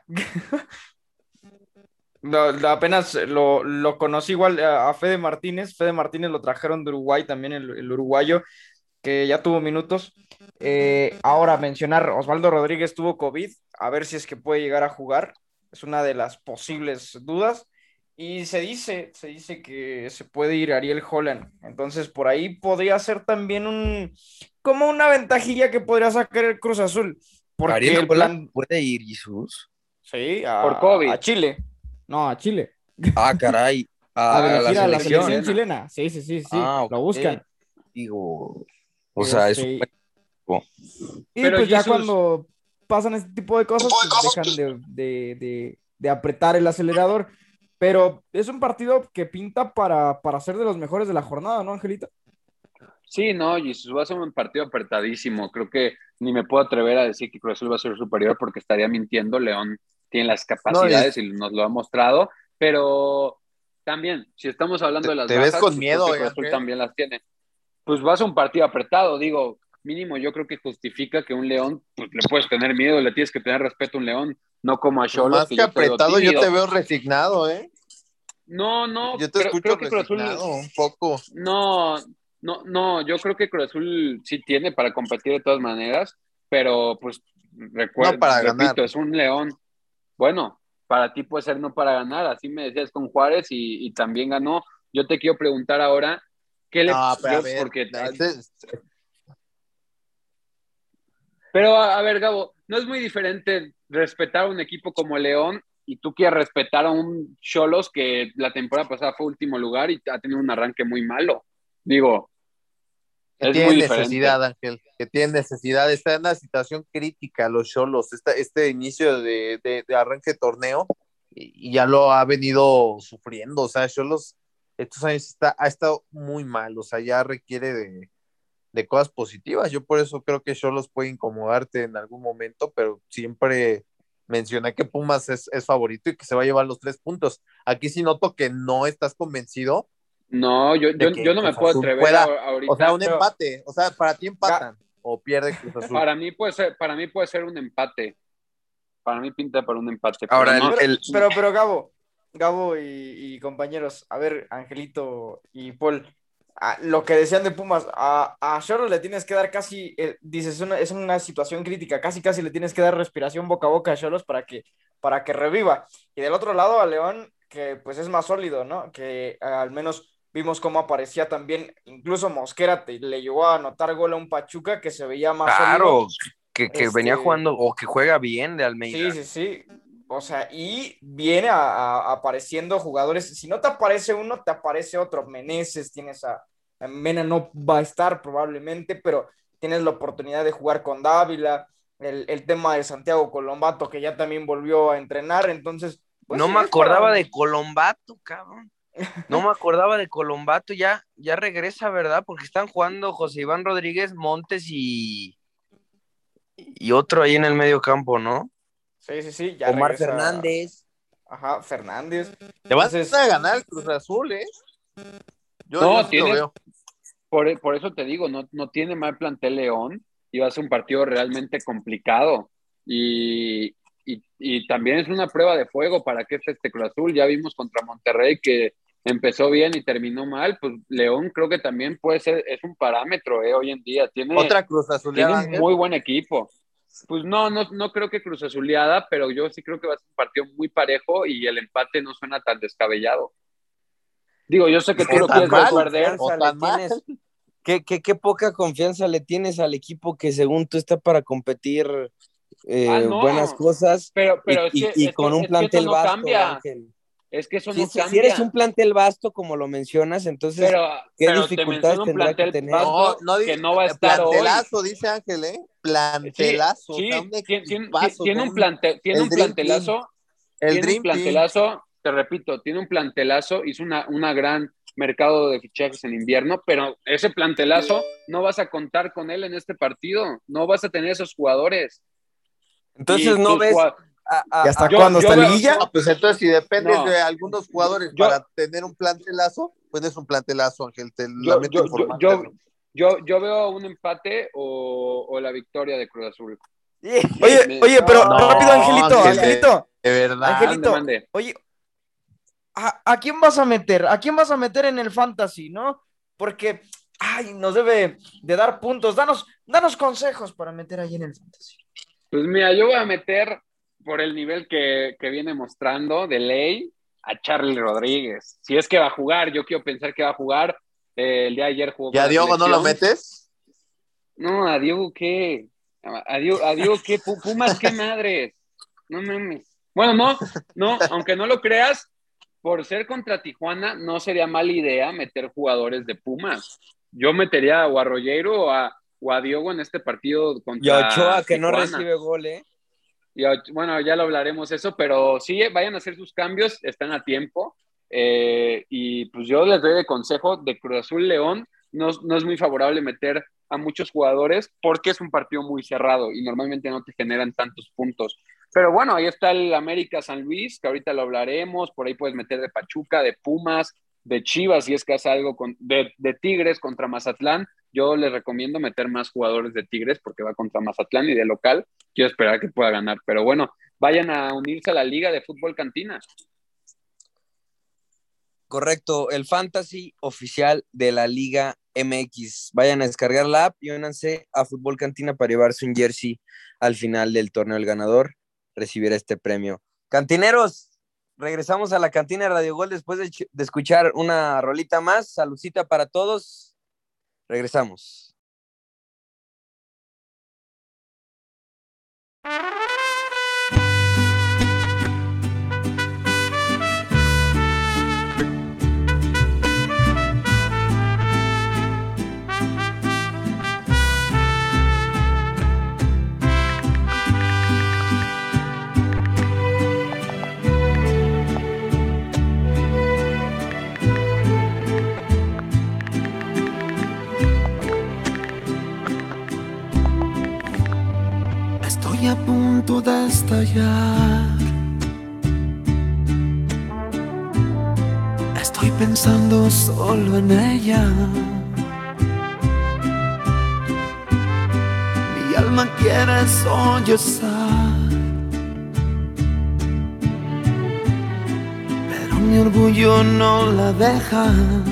No, lo- apenas lo, lo conocí igual a, a Fede Martínez. Fede Martínez lo trajeron de Uruguay, también el, el uruguayo, que ya tuvo minutos. Eh, ahora mencionar, Osvaldo Rodríguez tuvo COVID, a ver si es que puede llegar a jugar. Es una de las posibles dudas. Y se dice, se dice que se puede ir Ariel Holland. Entonces, por ahí podría ser también un, como una ventajilla que podría sacar el Cruz Azul. Porque Ariel el Holland plan, puede ir, Jesus. sí, Por a, COVID. a Chile. No, a Chile. Ah, caray. A A, a la dirigir a la selección. selección chilena. Sí, sí, sí, sí. Ah, Lo ok. buscan. Digo, o sea, es un buen Este, equipo. y Pero pues ya Jesus, cuando pasan este tipo de cosas, pues dejan de, de, de, de apretar el acelerador. Pero es un partido que pinta para, para ser de los mejores de la jornada, ¿no, Angelita? sí, no, Jesus va a ser un partido apretadísimo. Creo que ni me puedo atrever a decir que Cruz Azul va a ser superior porque estaría mintiendo. León tiene las No, y capacidades y nos lo ha mostrado, pero también, si estamos hablando te, de las te ves bajas, con pues creo miedo, que ¿eh, Cruz Azul Ángel? también las tiene. Pues va a ser un partido apretado, digo, mínimo yo creo que justifica que un León, pues le puedes tener miedo, le tienes que tener respeto a un León, no como a Pues Xolos, más que que yo te veo apretado, yo te tímido. veo resignado, ¿eh? No, no, Yo te creo, escucho creo que Cruz Azul, resignado un poco. no, no, no, yo creo que Cruz Azul sí tiene para competir de todas maneras, pero pues No recuer- para ganar. repito, es un León. Bueno, para ti puede ser no para ganar, así me decías con Juárez y, y también ganó. Yo te quiero preguntar ahora, ¿qué le... No, pero a yo- ver, porque, este- pero a, a ver, Gabo, no es muy diferente respetar a un equipo como León y tú quieres respetar a un Xolos que la temporada pasada fue último lugar y ha tenido un arranque muy malo. Digo, que es muy tienen diferente. necesidad, Ángel, que tienen necesidad. Está en una situación crítica los Xolos, este, este inicio de, de, de arranque de torneo, y, y ya lo ha venido sufriendo. O sea, Xolos estos años está, ha estado muy mal, o sea, ya requiere de, de cosas positivas. Yo por eso creo que Xolos puede incomodarte en algún momento, pero siempre mencioné que Pumas es, es favorito y que se va a llevar los tres puntos. Aquí sí noto que no estás convencido No, yo, de yo, que yo no me Cruz puedo Azul atrever pueda, a- o sea, ahorita. un Pero- empate, o sea, para ti Ga- empatan o pierde Cruz Azul. Para mí puede ser, para mí puede ser un empate. Para mí pinta para un empate, pero Ahora, el, no. Pero, el- pero, pero Gabo, Gabo y, y compañeros, a ver, Angelito y Paul, a- lo que decían de Pumas, a, a Xolos le tienes que dar casi, eh, dices, una, es una situación crítica, casi casi le tienes que dar respiración boca a boca a Xolos para que, para que reviva. Y del otro lado a León, que pues es más sólido, ¿no? Que eh, al menos vimos cómo aparecía también, incluso Mosquera te- le llegó a anotar gol a un Pachuca que se veía más sólido. claro, que, que Este, venía jugando o que juega bien de Sí, Almeida. sí, sí. O sea, y viene a, a- apareciendo jugadores. Si no te aparece uno, te aparece otro. Meneses, tienes a, a Mena, no va a estar probablemente, pero tienes la oportunidad de jugar con Dávila. El, el tema de Santiago Colombato, que ya también volvió a entrenar. Entonces, pues No sí, me es acordaba para. de Colombato, cabrón. No me acordaba de Colombato, ya, ya regresa, ¿verdad? Porque están jugando José Iván Rodríguez, Montes y, y otro ahí en el medio campo, ¿no? Sí, sí, sí, ya Omar regresa. Fernández. Ajá, Fernández. Te van Entonces, a ganar el Cruz Azul, ¿eh? Yo, No, yo sí lo tienes, veo. por, por eso te digo, no, no tiene mal plantel León y va a ser un partido realmente complicado. Y, y, y también es una prueba de fuego para que esté este Cruz Azul. Ya vimos contra Monterrey que empezó bien y terminó mal. Pues León creo que también puede ser, es un parámetro eh, hoy en día. Tiene, Otra Cruz tiene Azuleada, un Ángel. muy buen equipo. Pues no, no, no creo que Cruz Azuleada, pero yo sí creo que va a ser un partido muy parejo y el empate no suena tan descabellado. Digo, yo sé que tú ¿Qué lo tan quieres ver mal? perder. O confianza le tan mal. tienes? ¿Qué, qué, qué poca confianza le tienes al equipo que según tú está para competir Ah, eh, buenas no, cosas pero, y, pero es y- que, y es que, con un es que eso plantel no vasto, cambia. Ángel? Es que eso Si, no es- si eres un cambia. plantel vasto, como lo mencionas, entonces, Pero, ¿qué pero te dificultades menciono un tendrá que plantel tener? No, vasto no que dice no va a estar hoy. plantelazo, dice Ángel, ¿eh? Sí, Plantelazo, o sea, un sí, tiene, tiene- equipazo tiene un con plantel, tiene el un Dream Team, plantelazo, el tiene un Dream Team. plantelazo, te repito, tiene un plantelazo, hizo una, una gran mercado de fichajes en invierno, pero ese plantelazo no vas a contar con él en este partido, no vas a tener esos jugadores. Entonces, Y ¿no tus ves jugadores, a, ¿y a- hasta a- yo, cuándo? yo ¿Hasta veo, liguilla? Ah, pues entonces si dependes no, de algunos jugadores yo, para tener un plantelazo, pues es un plantelazo, Ángel, te yo, lamento yo, yo, informarte yo, eso. yo, yo veo un empate o, o la victoria de Cruz Azul. Oye, Me- oye, pero No, rápido, Angelito, Ángel, de, Angelito, de verdad. Angelito, Mande, mande. oye, ¿a, a quién vas a meter? ¿A quién vas a meter en el fantasy, no? Porque, ay, nos debe de dar puntos. Danos, danos consejos para meter ahí en el fantasy. Pues mira, yo voy a meter por el nivel que, que viene mostrando de ley a Charlie Rodríguez. Si es que va a jugar, yo quiero pensar que va a jugar. Eh, el día de ayer jugó ¿Y con a la Diogo no lo selección. metes? No, a Diego qué. A Diego, a Diego qué. Pumas qué madres. No mames. Bueno, no, no, aunque no lo creas, por ser contra Tijuana, no sería mala idea meter jugadores de Pumas. Yo metería o a Rollero o a, o a Diogo en este partido y a contra Ochoa, que no Tijuana. recibe gol, ¿eh? Y a- bueno, ya lo hablaremos eso, pero sí, vayan a hacer sus cambios, están a tiempo. Eh, y pues yo les doy de consejo de Cruz Azul León, no, no es muy favorable meter a muchos jugadores porque es un partido muy cerrado y normalmente no te generan tantos puntos. Pero bueno, ahí está el América San Luis, que ahorita lo hablaremos, por ahí puedes meter de Pachuca, de Pumas, de Chivas, si es que hace algo con, de, de Tigres contra Mazatlán. Yo les recomiendo meter más jugadores de Tigres porque va contra Mazatlán y de local. Quiero esperar que pueda ganar. Pero bueno, vayan a unirse a la Liga de Fútbol Cantina. Correcto, el fantasy oficial de la Liga M X. Vayan a descargar la app y únanse a Fútbol Cantina para llevarse un jersey al final del torneo. El ganador recibirá este premio. Cantineros, regresamos a la cantina de Radio Gol después de, ch- de escuchar una rolita más. Saludcita para todos. Regresamos. Estoy a punto de estallar. Estoy pensando solo en ella. Mi alma quiere sollozar, pero mi orgullo no la deja.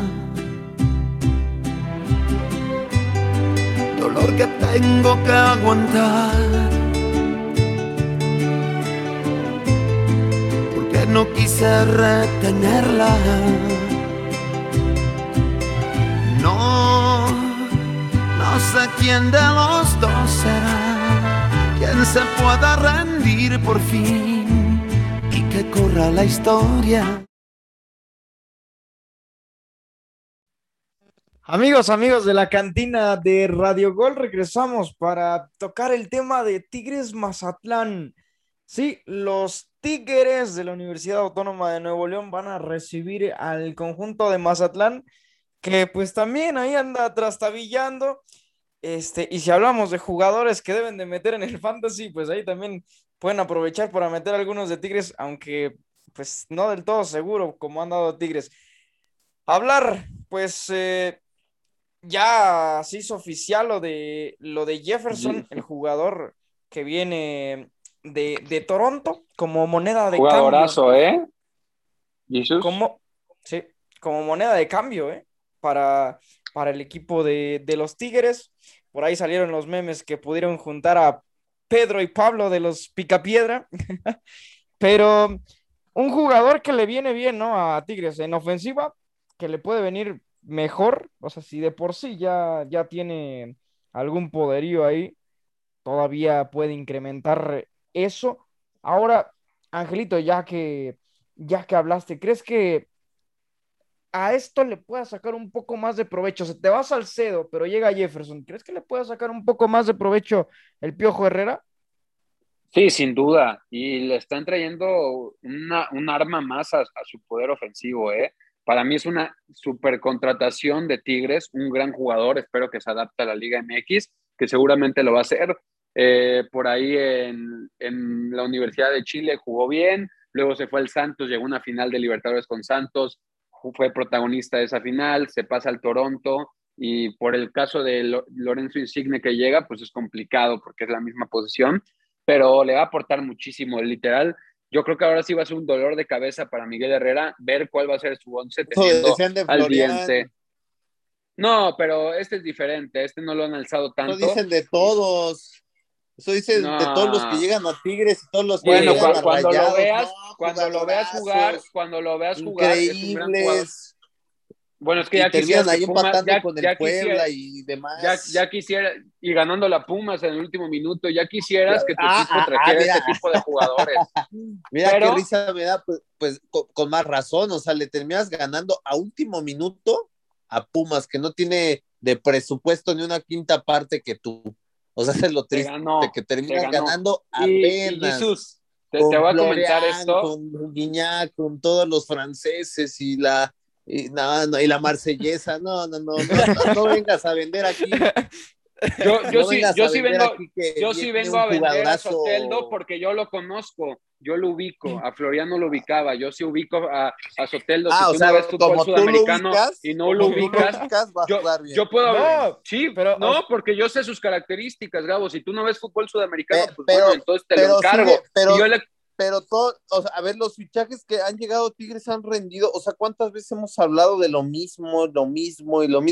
Dolor que tengo que aguantar, porque no quise retenerla. No, no sé quién de los dos será quien se pueda rendir por fin y que corra la historia. Amigos, amigos de la cantina de Radio Gol, regresamos para tocar el tema de Tigres Mazatlán. Sí, los Tigres de la Universidad Autónoma de Nuevo León van a recibir al conjunto de Mazatlán, que pues también ahí anda trastabillando. Este, y si hablamos de jugadores que deben de meter en el fantasy, pues ahí también pueden aprovechar para meter algunos de Tigres, aunque pues no del todo seguro como han dado Tigres. Hablar, pues eh, ya se hizo oficial lo de, lo de Jefferson, el jugador que viene de, de Toronto como moneda de Jugadorazo, cambio. ¿eh? Jesús. Como, sí, como moneda de cambio, ¿eh? Para, para el equipo de, de los Tigres. Por ahí salieron los memes que pudieron juntar a Pedro y Pablo de los Picapiedra. Pero un jugador que le viene bien, ¿no? A Tigres en ofensiva, que le puede venir mejor. O sea, si de por sí ya, ya tiene algún poderío ahí, todavía puede incrementar eso. Ahora, Angelito, ya que, ya que hablaste, ¿crees que a esto le pueda sacar un poco más de provecho? Se te va Salcedo, pero llega Jefferson. ¿Crees que le pueda sacar un poco más de provecho el Piojo Herrera? Sí, sin duda. Y le están trayendo una, un arma más a, a su poder ofensivo, ¿eh? Para mí es una super contratación de Tigres, un gran jugador, espero que se adapte a la Liga M X, que seguramente lo va a hacer. Eh, por ahí en, en la Universidad de Chile jugó bien, luego se fue al Santos, llegó a una final de Libertadores con Santos, fue protagonista de esa final, se pasa al Toronto, y por el caso de Lo- Lorenzo Insigne que llega, pues es complicado porque es la misma posición, pero le va a aportar muchísimo, literal. Yo creo que ahora sí va a ser un dolor de cabeza para Miguel Herrera ver cuál va a ser su once Eso teniendo decían de al Florian. Diente. No, pero este es diferente, este no lo han alzado Eso tanto. dicen de todos. Eso dicen No. de todos los que llegan a Tigres y todos los que Bueno, llegan cu- a cuando Rayados. lo veas, No, cuando lo veas jugar, jugadorazos, cuando lo veas jugar, es un gran jugador. increíbles. Bueno, es que Y ya quisieras terminan que ahí Pumas, empatando ya, con el ya Puebla quisiera, y demás. ya, ya quisiera, y ganando la Pumas en el último minuto, ya quisieras que tu Ah, equipo ah, trajera ah, mira. este tipo de jugadores. Mira Pero- qué risa me da, pues, pues con, con más razón, o sea, le terminas ganando a último minuto a Pumas, que no tiene de presupuesto ni una quinta parte que tú. O sea, es lo Te triste, ganó, que te terminas ganó. ganando Y, y apenas. Jesús, te, con te voy a Florian, comentar esto. con Guiñac, con todos los franceses y la y, no, no, y la marsellesa, no, no, no, no, no, no vengas a vender aquí. Yo, yo No sí, vengas yo a sí vender vengo, aquí que yo sí viene vengo un a vender a jugadorazo. Soteldo porque yo lo conozco, yo lo ubico. A Florian no lo ubicaba, yo sí ubico a, a Soteldo. Ah, Si o tú sea, no ves fútbol como tú lo sudamericano ubicas, y no como lo tú lo ubicas, ubicas, va a yo, jugar bien. yo puedo. No, Sí, pero- no, porque yo sé sus características, Gabo. Si tú no ves fútbol sudamericano, Pe- pues pero, bueno, entonces te lo pero encargo. sigue, pero, Y yo le, pero todo, o sea, a ver, los fichajes que han llegado Tigres han rendido, o sea, ¿cuántas veces hemos hablado de lo mismo, lo mismo y lo mismo?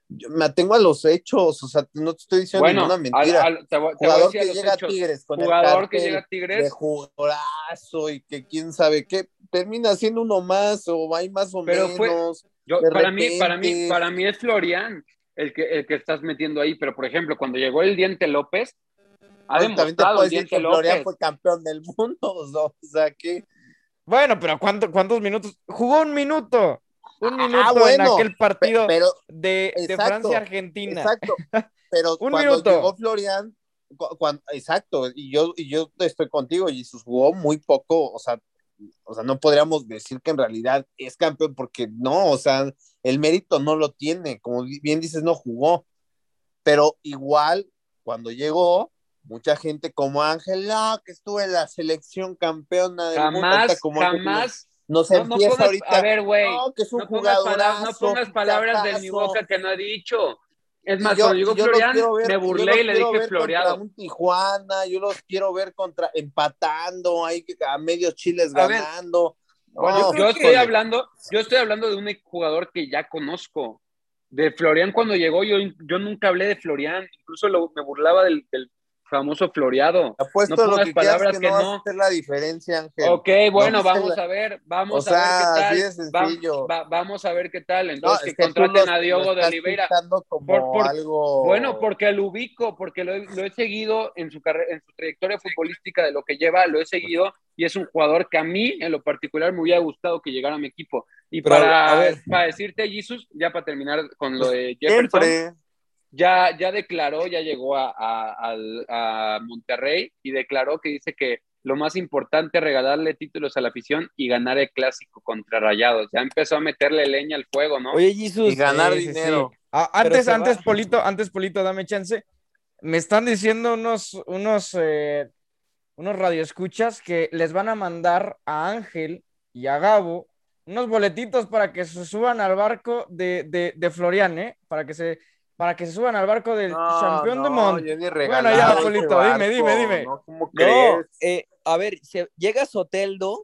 yo me atengo a los hechos, o sea, no te estoy diciendo Bueno, ninguna mentira. al- al- te voy- te voy a Jugador decir a que los llega hechos. a Tigres con Jugador el que llega a cartel Tigres. de jugadorazo y que quién sabe qué, termina siendo uno más o hay más o Pero fue, menos. yo, de para mí, para mí, repente. para mí es Florian el que, el que estás metiendo ahí, pero por ejemplo, cuando llegó el Diente López, ha Bueno, también te demostrado puedo el decir Diente que Florian López. fue campeón del mundo, o sea que. Bueno, pero ¿cuánto, ¿cuántos minutos? Jugó un minuto. Un minuto Ah, en bueno, aquel partido pe- pero de, de exacto, Francia-Argentina. exacto. Pero Un cuando minuto. llegó Florian, cu- cuan- exacto, y yo, y yo estoy contigo, Jesús jugó muy poco, o sea, o sea, no podríamos decir que en realidad es campeón, porque no, o sea, el mérito no lo tiene, como bien dices, no jugó, pero igual, cuando llegó, mucha gente como Ángel, no, que estuvo en la selección campeona del mundo, ahorita Jamás, como Ángel nos, jamás. nos No, no empieza pongas, ahorita, a ver, güey, no, que es un no pongas, pala- no jugadorazo, pongas palabras de mi fichajazo. boca que no he dicho. Es Y más, yo, cuando y llegó yo los Florian, quiero ver, me y yo burlé los y le quiero dije ver contra floreado. un Tijuana, yo los quiero ver contra empatando, ahí a medios chiles A ver, ganando. Bueno, No, yo estoy híjole. hablando, yo estoy hablando de un jugador que ya conozco. De Florian cuando llegó, yo, yo nunca hablé de Florian, incluso lo- me burlaba del, del famoso floreado. Te apuesto No lo pongas que quieras palabras que que no vas a no. hacer la diferencia, Ángel. Ok, No bueno, vas a hacer vamos la- a ver, vamos O a ver qué sea, tal. así de Va- sencillo. va- vamos a ver qué tal. No, Entonces, es que que tú contraten lo, a lo Diogo de estás Oliveira. pintando como Por, por- algo. Bueno, porque lo ubico, porque lo, he- lo he seguido en su carrera, en su trayectoria futbolística de lo que lleva, lo he seguido y es un jugador que a mí, en lo particular, me hubiera gustado que llegara a mi equipo. Y Pero, a para, ver. para decirte, Jesus, ya para terminar con lo de Jefferson, Siempre. ya, ya declaró, ya llegó a, a, al- a Monterrey y declaró que dice que lo más importante es regalarle títulos a la afición y ganar el clásico contra Rayados. Ya empezó a meterle leña al fuego, ¿no? Oye, Y Jesus, ganar Sí, sí, sí. dinero. Ah, Pero antes, se antes, va. Polito, antes, Polito, dame chance. Me están diciendo unos, unos, eh, unos radioescuchas que les van a mandar a Ángel y a Gabo unos boletitos para que se suban al barco de, de, de Florian, ¿eh? Para que se, para que se suban al barco del No, campeón de no, Mont. yo ni Bueno, regalado ya, ese Polito, dime, barco, dime, dime. ¿no? ¿Cómo no, crees? eh, a ver, se, llega Soteldo,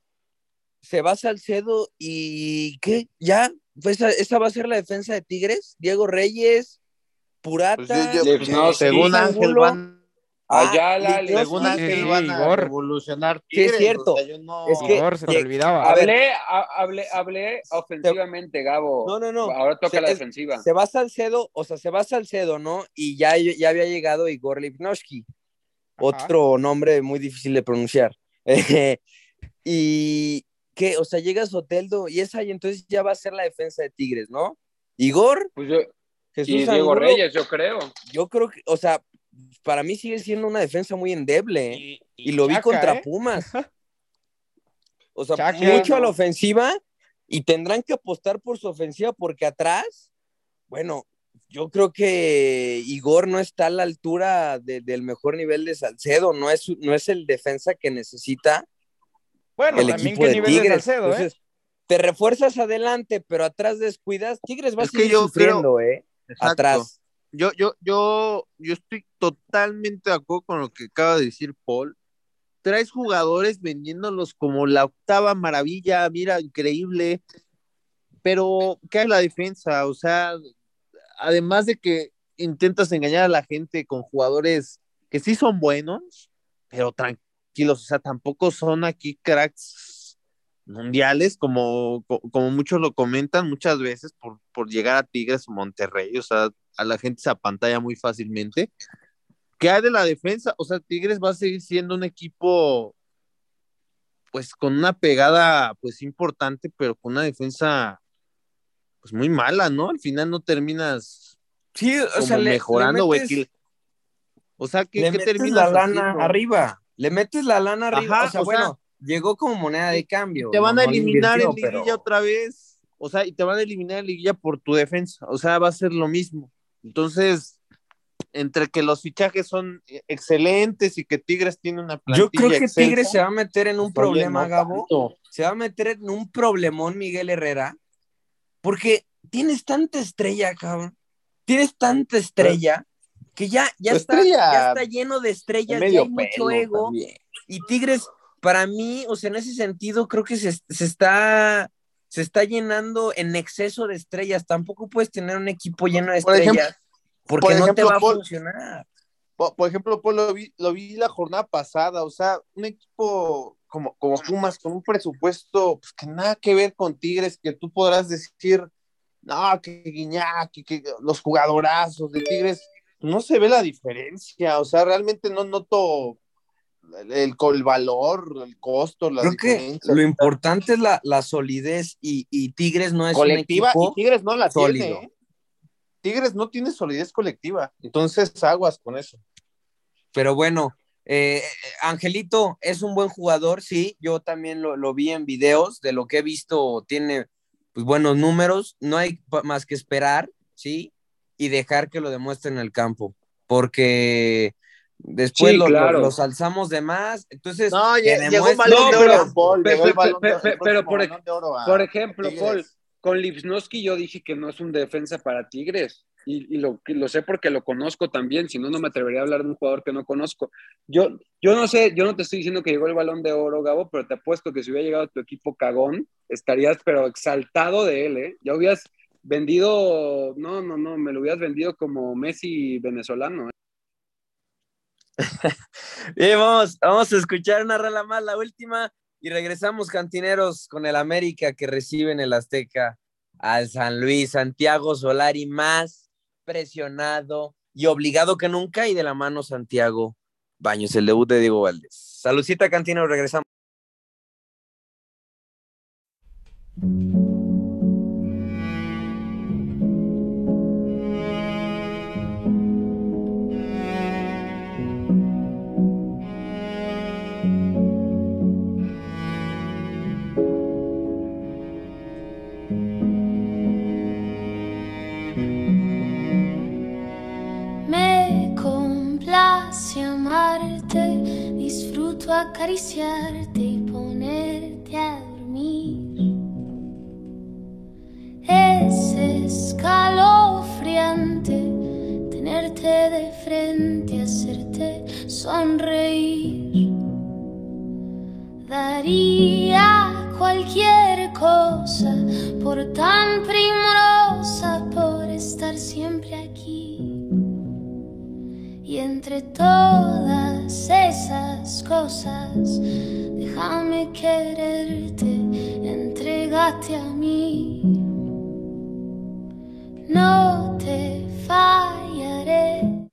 se va Salcedo y ¿qué? ¿Ya? Pues esa, esa va a ser la defensa de Tigres. Diego Reyes, Purata, Pues yo- yo- Lipnowski, según Ángel Angulo. van, Ah, Ayala, Lipnowski. según Sí, Ángel sí, van a Igor. revolucionar Sí, es Tigres, cierto. o sea, yo no. Es que- Igor, se te lleg- olvidaba. a ver. Hablé, ha- hablé, hablé ofensivamente, Gabo. No, no, no. Ahora toca Se, la es- defensiva. se va Salcedo, o sea, se va Salcedo, ¿no? Y ya, ya había llegado Igor Lipnowski, Ajá. otro nombre muy difícil de pronunciar. Y que, o sea, llega Soteldo y esa, y entonces ya va a ser la defensa de Tigres, ¿no? Igor, Pues yo, Jesús y Diego Angulo, Reyes, yo creo. yo creo que, o sea, para mí sigue siendo una defensa muy endeble, ¿eh? Y, Y lo vi Chaca, contra ¿eh? Pumas. O sea, Chaca, mucho a la ¿no? ofensiva y tendrán que apostar por su ofensiva porque atrás, bueno, yo creo que Igor no está a la altura de- del mejor nivel de Salcedo, no es, no es el defensa que necesita Bueno, el también equipo qué de nivel de Tigres. Salcedo, ¿eh? Entonces, te refuerzas adelante, pero atrás descuidas, Tigres va a Es que seguir yo sufriendo, ¿eh? Exacto. Atrás. Yo, yo, yo, yo estoy totalmente de acuerdo con lo que acaba de decir Paul. Traes jugadores vendiéndolos como la octava maravilla, mira, increíble. Pero, ¿qué hay en la defensa? O sea, además de que intentas engañar a la gente con jugadores que sí son buenos, pero tranquilos, o sea, tampoco son aquí cracks mundiales, como, co- como muchos lo comentan muchas veces por, por llegar a Tigres o Monterrey, o sea, a la gente se apantalla muy fácilmente. ¿Qué hay de la defensa? O sea, Tigres va a seguir siendo un equipo pues con una pegada pues importante, pero con una defensa pues muy mala, ¿no? Al final no terminas Sí, o como sea, le, mejorando, le güey. metes, que- O sea, ¿qué, le ¿qué metes terminas la lana haciendo? arriba. Le metes la lana arriba. Ajá, o sea, o sea, bueno, llegó como moneda de cambio. Te van no- a no le eliminar en invirtió, liguilla pero- otra vez, o sea, y te van a eliminar en liguilla por tu defensa, o sea, va a ser lo mismo. Entonces, entre que los fichajes son excelentes y que Tigres tiene una plantilla Yo creo que excelsa, Tigres se va a meter en un pues, oye, problema, no Gabo. tanto. Se va a meter en un problemón Miguel Herrera, porque tienes tanta estrella, cabrón. Tienes tanta estrella que ya, ya, Tu está, estrella ya está lleno de De estrellas, ya medio hay mucho pelo ego. también. Y Tigres, para mí, o sea, en ese sentido, creo que se, se está se está llenando en exceso de estrellas. Tampoco puedes tener un equipo lleno de Por estrellas ejemplo, porque por no te ejemplo, va a Paul, funcionar. por, por ejemplo, Paul, lo vi, lo vi la jornada pasada, o sea, un equipo como, como Pumas con un presupuesto pues, que nada que ver con Tigres, que tú podrás decir, no, que Guiñac, que, que los jugadorazos de Tigres, no se ve la diferencia, o sea, realmente no noto el, el, el valor, el costo, las Creo que diferencias. lo importante es la, la solidez y, y Tigres no es un Colectiva, y equipo Tigres no la sólido. tiene, ¿eh? Tigres no tiene solidez colectiva, entonces aguas con eso. Pero bueno, eh, Angelito es un buen jugador, sí, yo también lo, lo vi en videos, de lo que he visto tiene pues, buenos números, no hay más que esperar, sí, y dejar que lo demuestre en el campo, porque después Sí, lo, lo, claro. los alzamos de más, entonces No, que llegó un demuestre balón en No, de el oro, pero, campo. Paul, pe- llegó el pe- pe- balón de, pe- el pe- pero próximo por, ej- balón de oro por a, a ejemplo, Paul, Tigres. con Lipsnowski yo dije que no es un defensa para Tigres y, y lo, lo sé porque lo conozco también, si no, no me atrevería a hablar de un jugador que no conozco. Yo, yo no sé, yo no te estoy diciendo que llegó el balón de oro, Gabo, pero te apuesto que si hubiera llegado tu equipo cagón, estarías pero exaltado de él, ¿eh? Ya hubieras vendido, no, no, no, me lo hubieras vendido como Messi venezolano, ¿eh? Bien, vamos, vamos a escuchar una rola más, la última, y regresamos, cantineros, con el América que recibe en el Azteca al San Luis. Santiago Solari más presionado y obligado que nunca, y de la mano Santiago Baños, el debut de Diego Valdés. Saludcita, cantineros, regresamos. Me complace amarte, disfruto acariciarte y ponerte a dormir. Es escalofriante tenerte de frente, hacerte sonreír. Daría cualquier cosa por tan primorosa, por estar siempre aquí. Y entre todas esas cosas, déjame quererte, entrégate a mí. No te fallaré.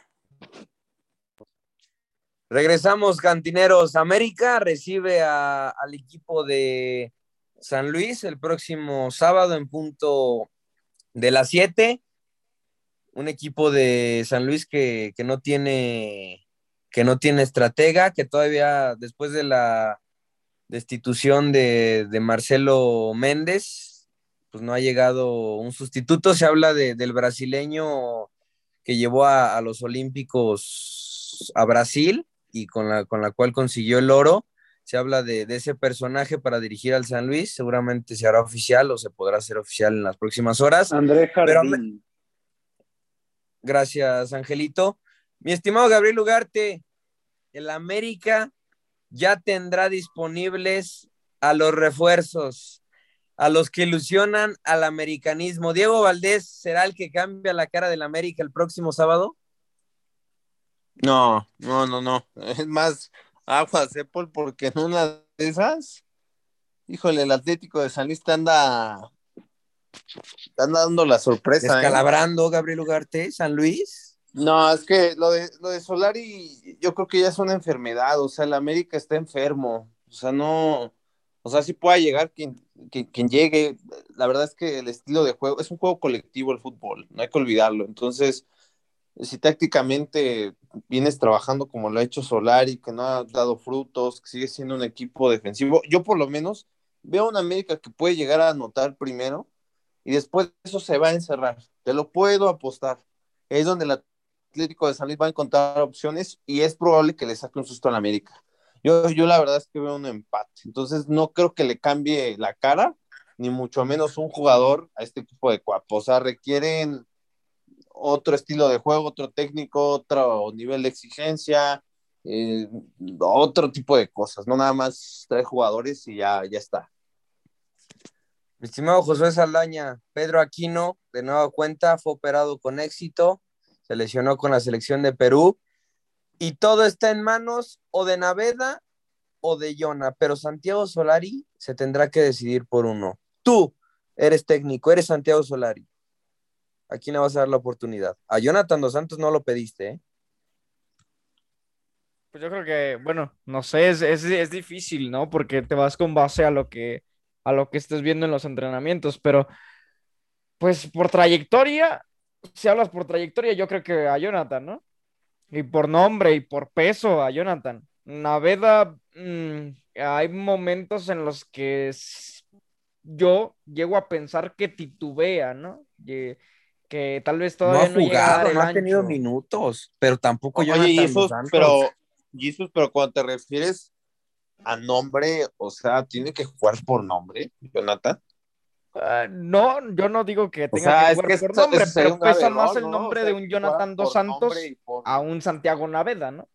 Regresamos, cantineros. América recibe a, al equipo de San Luis el próximo sábado en punto de las siete. Un equipo de San Luis que, que no tiene que no tiene estratega, que todavía después de la destitución de, de Marcelo Méndez, pues no ha llegado un sustituto. Se habla de, del brasileño que llevó a, a los Olímpicos a Brasil y con la, con la cual consiguió el oro. Se habla de, de ese personaje para dirigir al San Luis. Seguramente se hará oficial o se podrá hacer oficial en las próximas horas. André Pero, Jardín. gracias, Angelito. Mi estimado Gabriel Ugarte, el América ya tendrá disponibles a los refuerzos, a los que ilusionan al americanismo. ¿Diego Valdés será el que cambia la cara del América el próximo sábado? No, no, no, no. Es más, aguas, ¿eh, Paul? Porque en una de esas, híjole, el Atlético de San Luis te anda, te anda dando la sorpresa, ¿eh? Descalabrando, Gabriel Ugarte, San Luis. No, es que lo de, lo de Solari, yo creo que ya es una enfermedad, o sea, el América está enfermo, o sea, no, o sea, sí puede llegar quien, quien, quien llegue, la verdad es que el estilo de juego, es un juego colectivo el fútbol, no hay que olvidarlo, entonces, si tácticamente vienes trabajando como lo ha hecho Solari, que no ha dado frutos, que sigue siendo un equipo defensivo, yo por lo menos veo a una América que puede llegar a anotar primero, y después eso se va a encerrar, te lo puedo apostar, es donde la Atlético de San Luis va a encontrar opciones y es probable que le saque un susto a la América. Yo, yo la verdad es que veo un empate, entonces no creo que le cambie la cara, ni mucho menos un jugador a este equipo de Cuapo, o sea, requieren otro estilo de juego, otro técnico, otro nivel de exigencia, eh, otro tipo de cosas, no nada más tres jugadores y ya, ya está. Mi estimado Josué Saldaña, Pedro Aquino, de nueva cuenta, fue operado con éxito, se lesionó con la selección de Perú y todo está en manos o de Naveda o de Jonah, pero Santiago Solari se tendrá que decidir por uno. Tú eres técnico, eres Santiago Solari. ¿A quién le vas a dar la oportunidad? A Jonathan Dos Santos no lo pediste, ¿eh? Pues yo creo que, bueno, no sé, es, es, es difícil, ¿no? Porque te vas con base a lo que, a lo que estés viendo en los entrenamientos, pero pues por trayectoria, si hablas por trayectoria, yo creo que a Jonathan, ¿no? Y por nombre y por peso a Jonathan. Naveda, mm, hay momentos en los que s- yo llego a pensar que titubea, ¿no? Que, que tal vez No ha todavía no llega a dar jugado, el no ha tenido ancho. minutos, pero tampoco O- Oye, Jonathan Dos Jesus, pero, Santos. Jesus, pero cuando te refieres a nombre, o sea, tiene que jugar por nombre, Jonathan. Ah, no, yo no digo que O tenga que sea, es jugar que por eso, nombre, eso sería pero un grave pesa más error, el ¿no? O nombre de sea, un que jugara Jonathan Dos por nombre Santos y por... a un Santiago Naveda, ¿no?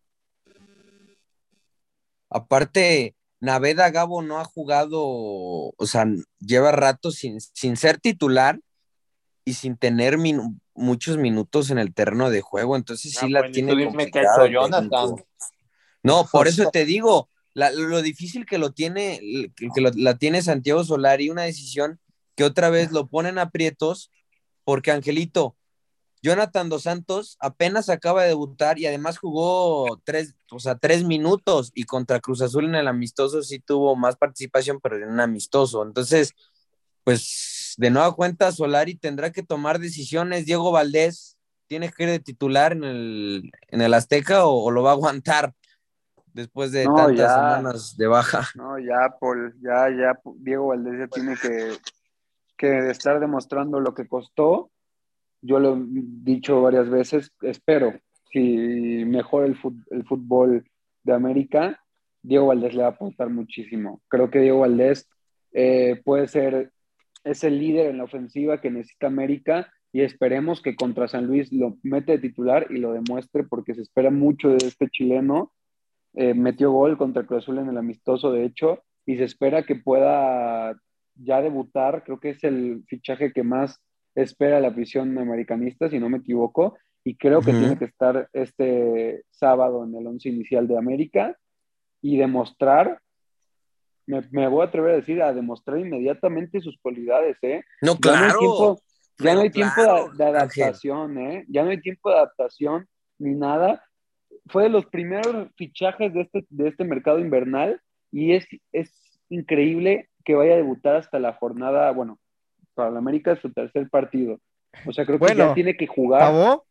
Aparte, Naveda Gabo no ha jugado, o sea, lleva rato sin, sin ser titular y sin tener minu- muchos minutos en el terreno de juego, entonces Ah, sí la bueno, y tú tiene dime qué ha hecho complicada el Jonathan. técnico. No, O por eso sea, te digo, la- lo difícil que lo tiene, que, que lo- la tiene Santiago Solari, una decisión que otra vez lo ponen a aprietos, porque Angelito, Jonathan Dos Santos apenas acaba de debutar y además jugó tres, o sea, tres minutos y contra Cruz Azul en el amistoso sí tuvo más participación, pero en un amistoso. Entonces, pues de nueva cuenta, Solari tendrá que tomar decisiones. Diego Valdés tiene que ir de titular en el, en el Azteca o, o lo va a aguantar después de No, tantas ya, semanas de baja. no, ya, Paul, ya, ya, Diego Valdés ya tiene que, que estar demostrando lo que costó. Yo lo he dicho varias veces, espero, si mejora el, fut- el fútbol de América, Diego Valdés le va a aportar muchísimo. Creo que Diego Valdés eh, puede ser ese líder en la ofensiva que necesita América y esperemos que contra San Luis lo mete de titular y lo demuestre porque se espera mucho de este chileno. Eh, metió gol contra Cruz Azul en el amistoso, de hecho, y se espera que pueda ya debutar. Creo que es el fichaje que más espera la afición americanista, si no me equivoco, y creo que tiene Ujú. que estar este sábado en el once inicial de América y demostrar, me, me voy a atrever a decir, a demostrar inmediatamente sus cualidades, ¿eh? No, Ya no hay claro, tiempo, ya no pero hay tiempo de, claro, de Ángel. adaptación, ¿eh? Ya no hay tiempo de adaptación ni nada. Fue de los primeros fichajes de este, de este mercado invernal y es, es increíble que vaya a debutar hasta la jornada, bueno, para la América es su tercer partido. O sea, creo que ya Bueno, tiene que jugar. Tabó,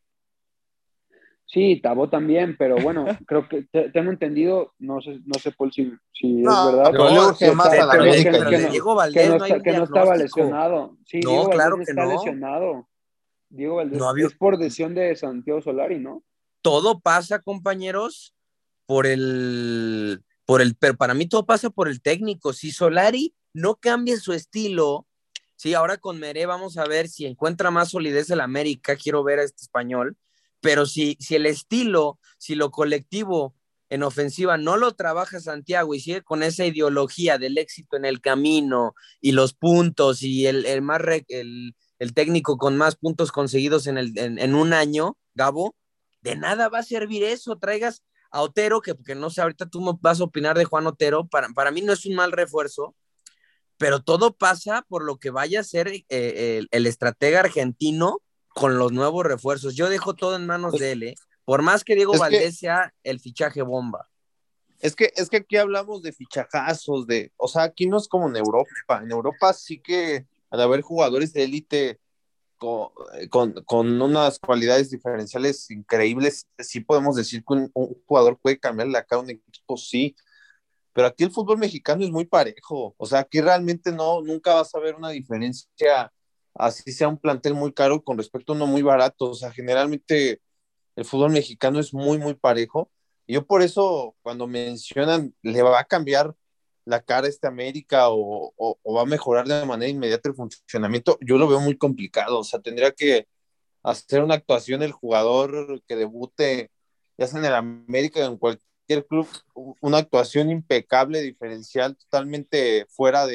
Sí, Tabó también, pero bueno, creo que te- tengo entendido, no sé, no sé Paul, si, si es no, verdad, pero le No, urge que, más está, a de- la que, pero, no, de, América, que, pero que de no, Jesus. Diego que no Valdés no hay está, un que no estaba diagnóstico. lesionado. Sí, No, Diego Valdés claro que está no. lesionado. Diego No Valdés había, es por lesión de Santiago Solari, ¿no? todo pasa, compañeros, por el, por el, pero para mí todo pasa por el técnico. Si Solari no cambia su estilo, sí, ahora con Meré vamos a ver si encuentra más solidez el América, quiero ver a este español, pero si, si el estilo, si lo colectivo en ofensiva no lo trabaja Santiago y sigue con esa ideología del éxito en el camino y los puntos y el, el más re, el, el, técnico con más puntos conseguidos en, el, en, en un año, Gabo, de nada va a servir eso. Traigas a Otero, que porque no sé, ahorita tú me vas a opinar de Juan Otero, para, para mí no es un mal refuerzo, pero todo pasa por lo que vaya a ser eh, el, el estratega argentino con los nuevos refuerzos. Yo dejo todo en manos Es, de él, ¿eh? Por más que Diego es que Valdés sea el fichaje bomba. Es que, es que aquí hablamos de fichajazos, de, o sea, aquí no es como en Europa. En Europa sí que al haber jugadores de élite con, con, con unas cualidades diferenciales increíbles, sí podemos decir que un, un jugador puede cambiar la cara a un equipo, sí. Pero aquí el fútbol mexicano es muy parejo. O sea, aquí realmente no, nunca vas a ver una diferencia, así sea un plantel muy caro con respecto a uno muy barato. O sea, generalmente el fútbol mexicano es muy, muy parejo. Y yo por eso, cuando mencionan, le va a cambiar la cara a este América o, o, o, va a mejorar de manera inmediata el funcionamiento, yo lo veo muy complicado. O sea, tendría que hacer una actuación el jugador que debute, ya sea en el América o en cualquier club, una actuación impecable, diferencial, totalmente fuera de,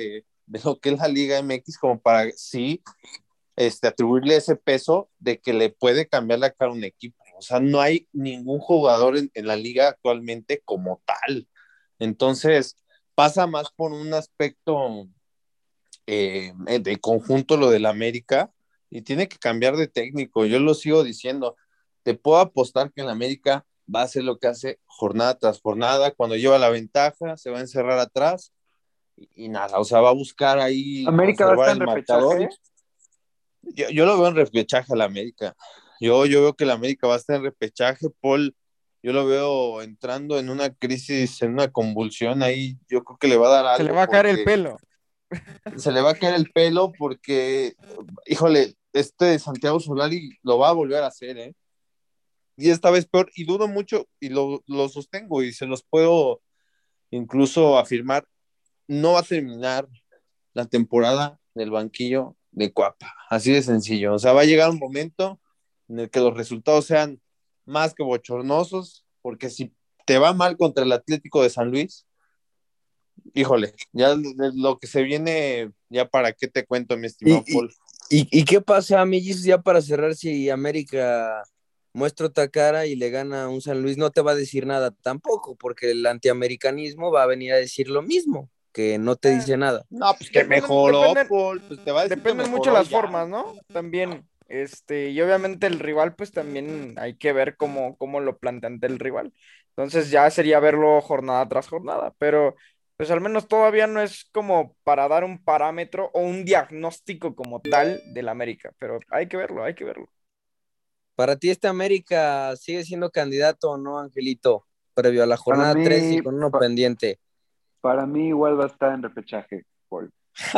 de lo que es la Liga M X como para sí este, atribuirle ese peso de que le puede cambiar la cara a un equipo. O sea, no hay ningún jugador en, en la liga actualmente como tal. Entonces, pasa más por un aspecto eh, de conjunto lo del América y tiene que cambiar de técnico. Yo lo sigo diciendo. Te puedo apostar que en la América va a hacer lo que hace jornada tras jornada. Cuando lleva la ventaja, se va a encerrar atrás y, y nada. O sea, va a buscar ahí ¿América va a conservar estar el en marcador. repechaje? Yo, yo lo veo en repechaje a la América. Yo, yo veo que la América va a estar en repechaje, Paul. Yo lo veo entrando en una crisis, en una convulsión ahí. Yo creo que le va a dar algo. Se le va a caer el porque pelo. Se le va a caer el pelo porque, híjole, este Santiago Solari lo va a volver a hacer, ¿eh? Y esta vez peor. Y dudo mucho, y lo, lo sostengo, y se los puedo incluso afirmar, no va a terminar la temporada del banquillo de Cuapa. Así de sencillo. O sea, va a llegar un momento en el que los resultados sean más que bochornosos, porque si te va mal contra el Atlético de San Luis, híjole, ya lo que se viene, ya para qué te cuento, mi estimado ¿Y, Paul. y, y, y qué pasa, amiguis, ya para cerrar, si América muestra otra cara y le gana a un San Luis? No te va a decir nada tampoco, porque el antiamericanismo va a venir a decir lo mismo, que no te dice nada. No, pues que Dependen, mejoró, dependen, Paul. Pues te va a decir que dependen mucho mejoró las ya. formas, ¿no? También, este, y obviamente el rival, pues también hay que ver cómo, cómo lo plantea ante el rival. Entonces ya sería verlo jornada tras jornada, pero pues al menos todavía no es como para dar un parámetro o un diagnóstico como tal del América, pero hay que verlo, hay que verlo. ¿Para ti este América sigue siendo candidato o no, Angelito? Previo a la Para jornada tres y mí, con uno pa- pendiente. para mí igual va a estar en repechaje, Paul.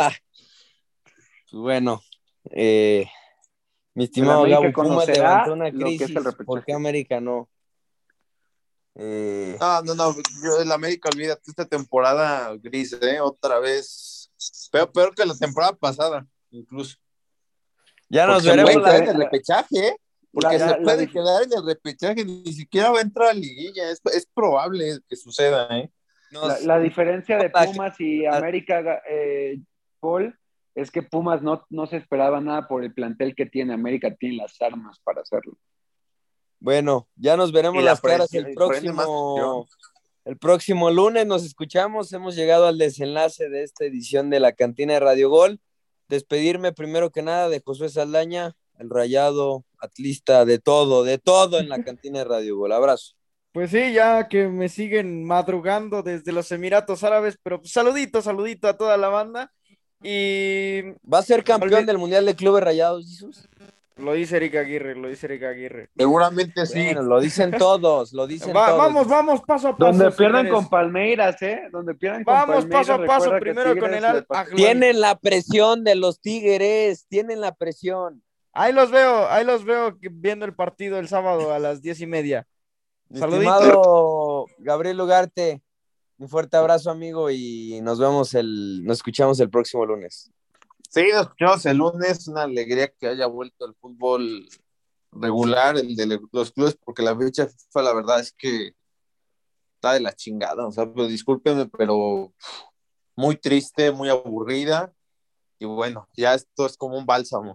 Bueno, eh, mi El estimado América Gabo, Pumas levantó conocerá una lo que es el crisis. ¿Por qué repechaje. América no? Eh, No, no, no, yo del América, olvídate, esta temporada gris, ¿eh? Otra vez. Peor, peor que la temporada pasada, incluso. ya Porque nos se veremos puede la, quedar en el diferen- la, repechaje, ¿eh? la, Porque se la, la puede dif- quedar en el repechaje, ni siquiera va a entrar a liguilla. Es, es probable que suceda, ¿eh? la- nos, la diferencia de la- Pumas y la- América, eh, Paul, es que Pumas no, no se esperaba nada por el plantel que tiene. América tiene las armas para hacerlo. bueno, ya nos Y veremos la las caras presión, el prende más presión. próximo, el próximo lunes. Nos escuchamos. Hemos llegado al desenlace de esta edición de la Cantina de Radio Gol. Despedirme primero que nada de Josué Saldaña, el rayado, atlista, de todo, de todo en la Cantina de Radio Gol. Abrazo. Pues sí, ya que me siguen madrugando desde los Emiratos Árabes, pero pues saludito, saludito a toda la banda. Y ¿Va a ser no campeón olvi- del Mundial de Clubes Rayados, Jesús? lo dice Eric Aguirre, lo dice Eric Aguirre. Seguramente sí. Bueno, lo dicen todos, lo dicen Va- todos. vamos, vamos, paso a paso, Donde pierdan señores. con Palmeiras, ¿eh? Donde pierdan con Vamos paso Palmeiras, a paso, recuerda que primero con Tigres el le Al pasó. Ahly. Tienen la presión de los Tigres, tienen la presión. Ahí los veo, ahí los veo que- viendo el partido el sábado a las diez y media. Mi Saluditos. estimado Gabriel Ugarte, un fuerte abrazo, amigo, y nos vemos el, nos escuchamos el próximo lunes. Sí, nos escuchamos el lunes. Una alegría que haya vuelto el fútbol regular, el de los clubes, porque la fecha FIFA, la verdad es que está de la chingada. O sea, pues, discúlpenme, pero muy triste, muy aburrida. Y bueno, ya esto es como un bálsamo.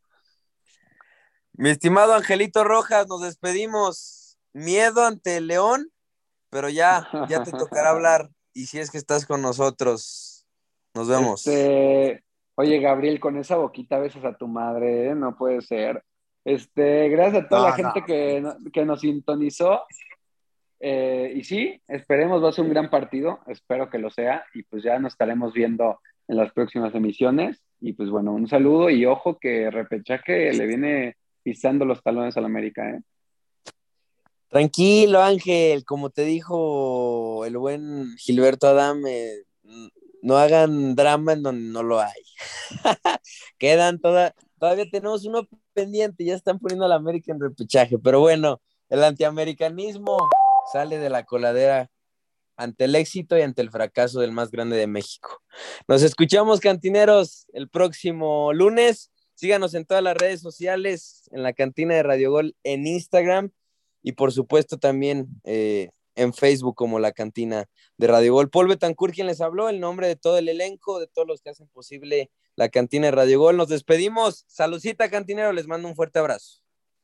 Mi estimado Angelito Rojas, nos despedimos. Miedo ante el León, pero ya, ya te tocará hablar. Y si es que estás con nosotros, nos vemos. Este, oye, Gabriel, con esa boquita besas a tu madre, ¿eh? No puede ser. Este, gracias a toda No, la gente no. que, no- que nos sintonizó. Eh, y sí, esperemos, va a ser un gran partido, espero que lo sea, y pues ya nos estaremos viendo en las próximas emisiones. Y pues bueno, un saludo y ojo que repechaje le viene pisando los talones al América, ¿eh? Tranquilo, Ángel, como te dijo el buen Gilberto Adame, no hagan drama en donde no lo hay. Quedan toda, todavía tenemos uno pendiente, ya están poniendo a la América en repechaje, pero bueno, el antiamericanismo sale de la coladera ante el éxito y ante el fracaso del más grande de México. Nos escuchamos, cantineros, el próximo lunes. Síganos en todas las redes sociales, en la Cantina de Radio Gol en Instagram. Y por supuesto también eh, en Facebook como La Cantina de Radio Gol. Paul Betancourt, quien les habló, el nombre de todo el elenco, de todos los que hacen posible La Cantina de Radio Gol. Nos despedimos. Saludcita, cantinero, les mando un fuerte abrazo.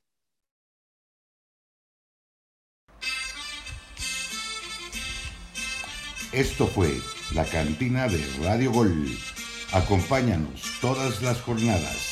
Esto fue La Cantina de Radio Gol. Acompáñanos todas las jornadas.